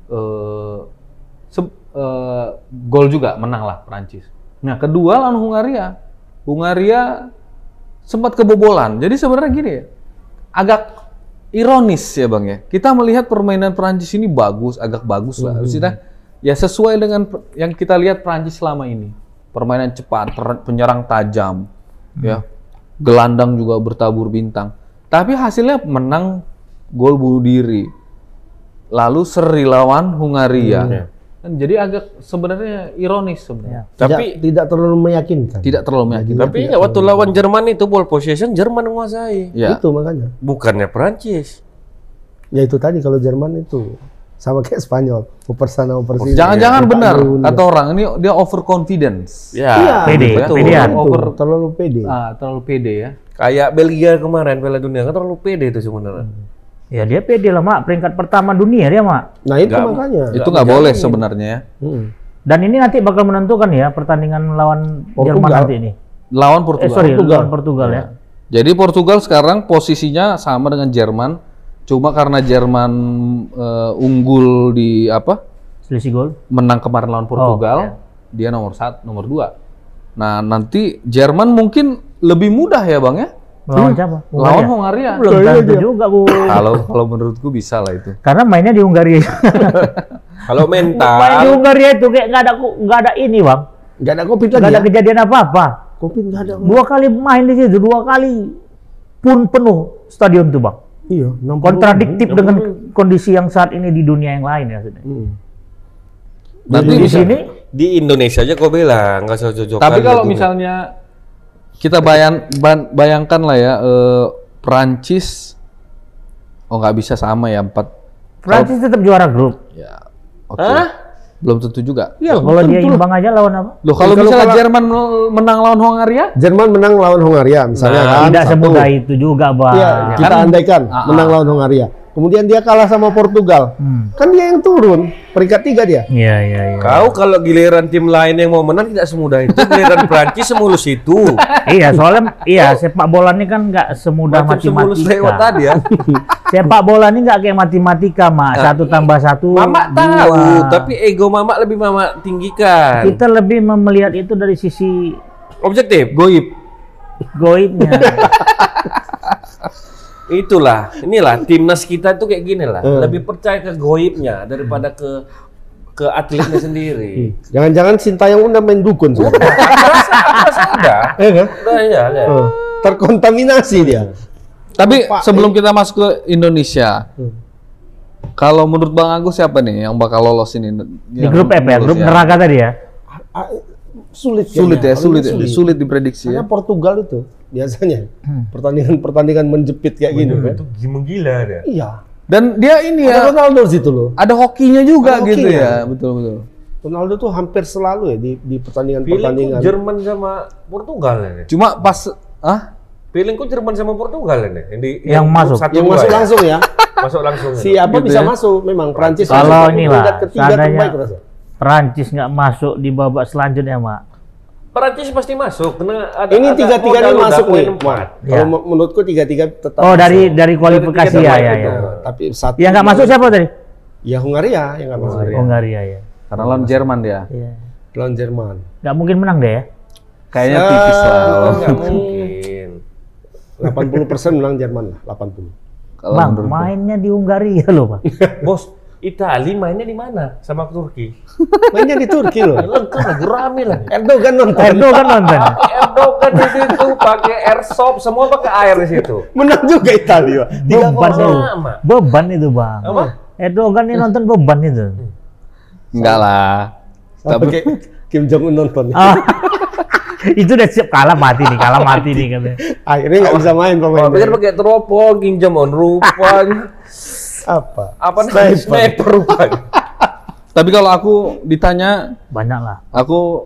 eh, se- eh, gol juga menang lah Prancis. Nah kedua lawan Hungaria, Hungaria sempat kebobolan. Jadi sebenarnya gini ya, agak ironis ya bang ya. Kita melihat permainan Prancis ini bagus, agak bagus lah. Maksudnya ya sesuai dengan per- yang kita lihat Prancis selama ini. Permainan cepat, ter- penyerang tajam, ya, gelandang juga bertabur bintang. Tapi hasilnya menang gol bunuh diri. Lalu seri lawan Hungaria. Dan jadi agak sebenarnya ironis sebenarnya. Tidak, Tapi tidak terlalu meyakinkan. Tidak terlalu meyakinkan. tapi ya waktu lawan Jerman itu ball possession Jerman menguasai. Ya. Itu makanya. Bukannya Prancis. Ya itu tadi kalau Jerman itu sama kayak Spanyol, oper sana oper sini. Jangan-jangan Lupa benar dulu. kata orang ini dia overconfidence. Ya. Iya, Pede, betul. pedean. Itu, Over terlalu pede. ah, terlalu pede ya. Kayak Belgia kemarin Piala Dunia kan terlalu pede itu sebenarnya. Ya dia pede lah mak, peringkat pertama dunia dia mak. Nah itu Nggak- makanya. Itu nggak boleh sebenarnya ya. Hmm. Dan ini nanti bakal menentukan ya pertandingan lawan Portugal. Jerman nanti ini. Lawan Eh Portugal. sorry, Portugal. lawan Portugal ya. Jadi Portugal sekarang posisinya sama dengan Jerman, cuma karena Jerman eh, unggul di apa? Selisih gol. Menang kemarin lawan Portugal, Oh, ya. dia nomor satu, nomor dua. Nah nanti Jerman mungkin lebih mudah ya bang ya? Lawan siapa? Lawan Hungaria. Hungaria. Belum tentu juga bu. Kalau kalau menurutku bisa lah itu. Karena mainnya di Hungaria. Kalau Main di mental Hungaria itu kayak nggak ada nggak ada ini bang. Nggak ada Covid Nggak lagi ada ya? kejadian apa-apa. Covid nggak ada. Dua kali main di situ, dua kali pun penuh stadion tuh bang. Iya. enam puluh Kontradiktif ribu. dengan kondisi yang saat ini di dunia yang lain ya. maksudnya. Hmm. Nanti Di bisa. sini di Indonesia aja kau bilang nggak usah cocok. Tapi kalau misalnya kita bayan, ban- bayangkan lah ya, eh, Prancis, oh nggak bisa sama ya empat. Prancis tetap juara grup. Ya, oke. Hah? Belum tentu juga. Iya, kalau dia imbang aja lawan apa? Loh, kalau Kalau misalnya kalah- Jerman menang lawan Hongaria, Jerman menang lawan Hongaria misalnya Nah, kan. Tidak satu. semudah itu juga, Bang. Iya, kita Kan- andaikan Ah, ah. menang lawan Hongaria. Kemudian dia kalah sama Portugal. Hmm. Kan dia yang turun, peringkat tiga dia. Iya, iya, iya. Kau kalau giliran tim lain yang mau menang tidak semudah itu, giliran Prancis semulus itu. Iya, soalnya iya sepak bola ini kan nggak semudah Macam semulus lewat matematika. tadi ya. Sepak bola ini nggak kayak matematika, Mak. Satu tambah satu. Mama tahu, dua. tapi ego Mama lebih Mama tinggikan. Kita lebih melihat itu dari sisi Objektif. goib. goibnya. Itulah, inilah timnas kita tuh kayak gini lah. Hmm. Lebih percaya ke goibnya daripada ke ke atletnya sendiri. Jangan-jangan Sintayong udah main dukun sudah. Udah, Eh kan? udah ya. ya. Oh, terkontaminasi dia. Tapi Pak, sebelum kita masuk ke Indonesia, kalau menurut Bang Agus siapa nih yang bakal lolos ini? Di grup F ya, grup neraka tadi ya. Ah, Sulit Sulit ya, kayaknya. sulit, Kalau ya, ini sulit diprediksi Karena ya. Portugal itu biasanya pertandingan-pertandingan menjepit kayak gini kan. Itu menggila dia. Iya. Dan dia ini Ada ya, Ronaldo di situ loh. ada hokinya juga Ada gitu hokinya. ya, betul betul. Ronaldo tuh hampir selalu ya di di Feelingku pertandingan-pertandingan. Jerman sama Portugal ini. Cuma pas, ah, Feelingku Jerman sama Portugal ini. Yang, di, Yang masuk. satu Yang dua masuk ya. langsung ya. Masuk langsung. ya. Siapa Gitu bisa ya. masuk? Memang Prancis Kalau masuk ini peringkat lah, ketiga seandainya terbaik rasa. Perancis nggak masuk di babak selanjutnya, Mak. Prancis pasti masuk karena ada Ini ada tiga-tiga ini modal udah masuk poin nih. empat. Kalau Ya. me- menurutku tiga-tiga tetap. Oh, dari masuk. dari kualifikasi tiga ya, terbaik ya, itu. ya. Tapi satu. Yang nggak masuk siapa tadi? Ya Hungaria yang nggak masuk. Hungaria ya. karena lawan Jerman dia. Iya. Lawan Jerman. Nggak mungkin menang deh ya. Kayaknya tipis lah. Ah. Nggak mungkin. delapan puluh persen menang Jerman lah, delapan puluh. Kalau Bang, menurut mainnya di Hungaria loh, Bang. Bos, Itali mainnya di mana? Sama Turki. Mainnya di Turki loh. Lengkap lagi rame lah. Erdogan nonton. Erdo kan nonton. Erdogan di situ pakai airsoft, semua pakai air di situ. Menang juga Italia. Pak. Tiga Beban kosong. itu. sama. Beban itu, Bang. Apa? Erdogan ini nonton beban itu. enggak lah. Sampai kayak Kim Jong Un nonton. Ah. Itu udah siap kalah mati nih, kalah mati nih katanya. Akhirnya nggak bisa main Oh, pemainnya. pikir pakai teropong, Kim Jong Un rupanya. Apa? Apa namanya? Sniper rupanya. Tapi kalau aku ditanya, Banyak lah. aku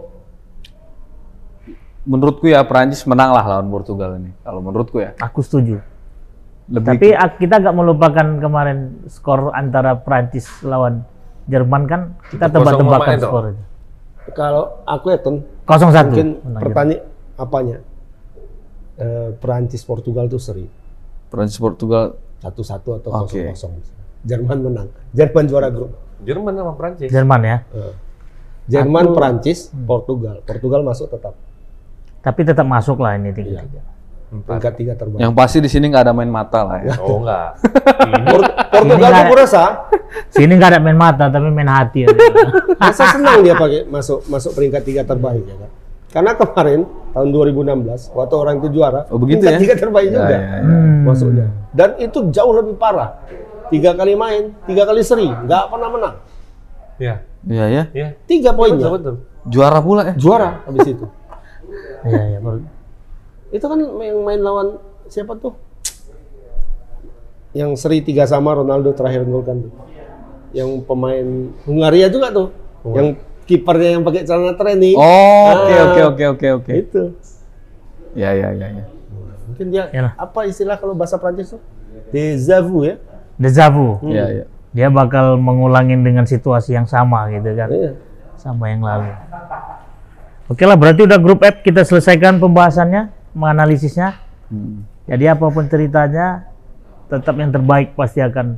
menurutku ya Prancis menang lah lawan Portugal ini. Kalau menurutku ya. Aku setuju. Lebih Tapi ak- kita nggak melupakan kemarin skor antara Prancis lawan Jerman kan kita Itu kosong tebak-tebakan mama itu. skor itu. Kalau aku ya Ton, Kosong satu. mungkin Menang pertanyaan apanya? Eh, Perancis Portugal tuh seri Prancis Portugal. satu-satu atau Oke. kosong-kosong. Jerman menang. Jerman juara grup. Jerman sama Prancis. Jerman ya. Eh. Jerman, Aku- Perancis, Portugal. Portugal masuk tetap Tapi tetap masuk lah ini tiga. Iya. peringkat tiga terbaik. Yang pasti di sini nggak ada main mata lah ya. Oh enggak. Por- Portugal Ini tuh nggak- kurasa Sini nggak ada main mata tapi main hati. Ya. masa senang dia pakai masuk masuk peringkat tiga terbaik ya kan. Karena kemarin tahun dua ribu enam belas waktu orang itu juara, Oh, begitu peringkat ya? tiga terbaik Ya, juga ya, ya. Hmm. masuknya. Dan itu jauh lebih parah. Tiga kali main, tiga kali seri, nggak pernah menang. Iya. Iya ya. Iya. Tiga poinnya Betul betul. Juara pula ya. juara habis itu. Iya, iya. baru- Itu kan yang main lawan siapa tuh? Yang seri tiga sama Ronaldo terakhir gol kan tuh. Yang pemain Hungaria juga tuh. Yang kipernya yang pakai celana training. Oh, oke Ah. oke oke oke oke. Itu. Ya ya ya ya. Mungkin dia Yalah. apa istilah kalau bahasa Prancis tuh? Déjà vu ya. Deja vu. Iya iya. Dia bakal mengulangin dengan situasi yang sama gitu kan. Iya. Sama yang lalu. Oke lah, berarti udah grup F kita selesaikan pembahasannya, menganalisisnya. Hmm. Jadi apapun ceritanya, tetap yang terbaik pasti akan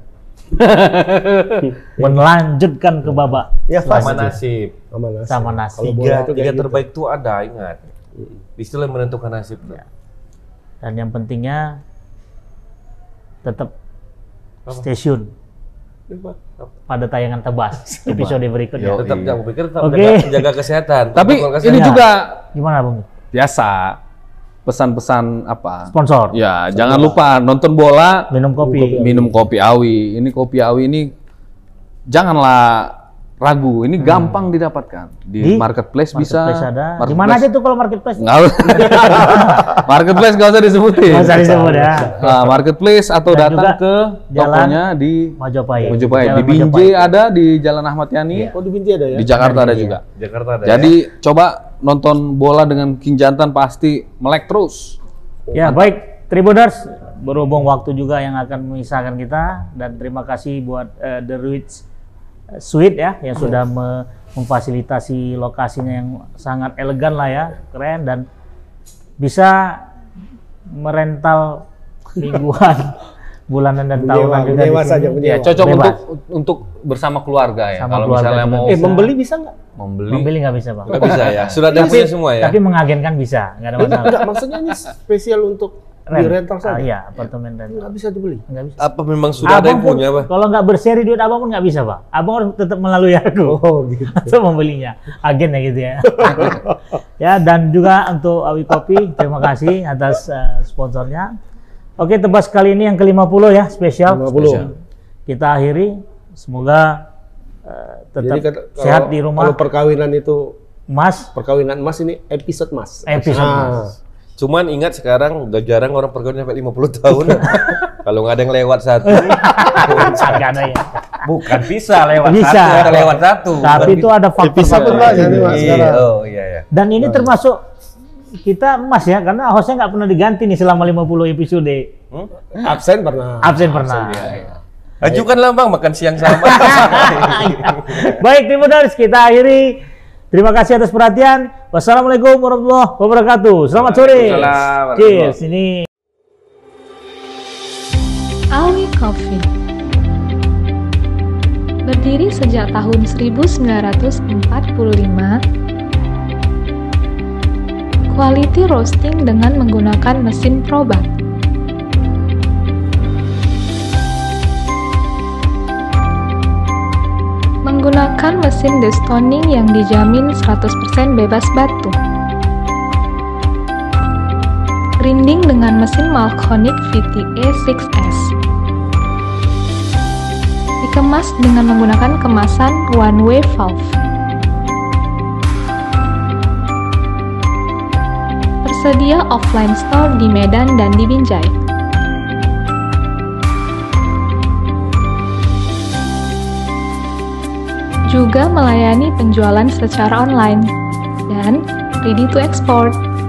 melanjutkan ke babak Ya Sama pasti. nasib. Sama nasib. sama nasib. Kalau bola Tiga, itu tiga kayak gitu. terbaik itu ada, ingat. Istilah yang menentukan nasib. Dan yang pentingnya tetap stay tune Apa? pada tayangan tebas episode berikutnya. Yo. Tetap iya. jaga pikir, tetap Oke. jaga, jaga kesehatan. Tapi Protokol ini kesehatan. juga Gimana Bung? biasa pesan-pesan apa? Sponsor, Ya, jangan lupa nonton bola, minum kopi. minum kopi awi. Ini kopi awi ini janganlah ragu, ini gampang didapatkan di, Di marketplace, Marketplace bisa. ada. Di Marketplace- mana aja tuh kalau marketplace? Nggak usah. Marketplace nggak usah disebutin. Nggak usah disebut ya. Nah, marketplace atau Dan datang juga ke jalan tokonya di Majapahit. Mojopahit. Jalan Di Binjai Majapahit. ada, di Jalan Ahmad Yani, Oh di Binjai ada ya? di Jakarta ada Iya. juga. Jakarta ada. Jadi coba nonton bola dengan King Jantan pasti melek terus. Ya baik, Tribuners, berhubung waktu juga yang akan memisahkan kita, dan terima kasih buat eh, The Rich Suite ya yang sudah me- memfasilitasi lokasinya yang sangat elegan lah ya, keren, dan bisa merental mingguan, bulanan dan tahunan Menyewa, juga di menyewa sini. saja, menyewa. Ya, cocok Bebas. untuk untuk bersama keluarga ya. Sama Kalau keluarga misalnya juga mau Eh membeli bisa nggak? membeli, Membeli nggak bisa bang. nggak bisa ya. Sudah ada Tapi, punya semua ya. tapi mengagenkan bisa, nggak ada masalah. Enggak, maksudnya ini spesial untuk di Rent. rental Ah, saja. iya, apartemen rental. Nggak bisa dibeli. Nggak bisa. Apa memang sudah ada yang pun, punya, Pak? kalau nggak berseri duit abang pun nggak bisa pak. Abang harus tetap melalui aku. Oh gitu. Untuk membelinya, agennya gitu ya. Ya, dan juga untuk Awi Kopi, terima kasih atas eh, sponsornya. Oke, tebas kali ini yang ke lima puluh ya, spesial. lima puluh. Spesial. Kita akhiri, semoga eh, tetap Jadi kata- sehat kalau- di rumah. Kalau perkawinan itu Mas, perkawinan emas ini episode mas. episode Ah. Mas. Cuman ingat sekarang udah jarang orang perkawinan sampai lima puluh tahun. Kalau nggak ada yang lewat satu. Nggak ada ya. Bukan bisa lewat Bisa. satu, ada lewat satu. Tapi itu ada faktor Episode faktor. Pak, jadi Mas Iya, sekarang. oh iya ya. Dan ini termasuk kita emas ya, karena hostnya nggak pernah diganti nih selama lima puluh episode. Hmm? Absen pernah. Absen pernah. Ajukanlah Bang makan siang sama. Baik, Tribuners, kita akhiri. Terima kasih atas perhatian. Wassalamualaikum warahmatullahi wabarakatuh. Selamat sore. Waalaikumsalam Cheers. Ini Awi Coffee berdiri sejak tahun seribu sembilan ratus empat puluh lima. Quality roasting dengan menggunakan mesin Probat. Menggunakan mesin destoning yang dijamin seratus persen bebas batu. Grinding dengan mesin Malconic V T E enam S. Dikemas dengan menggunakan kemasan one way valve. Tersedia offline store di Medan dan di Binjai. Juga melayani penjualan secara online dan ready to export.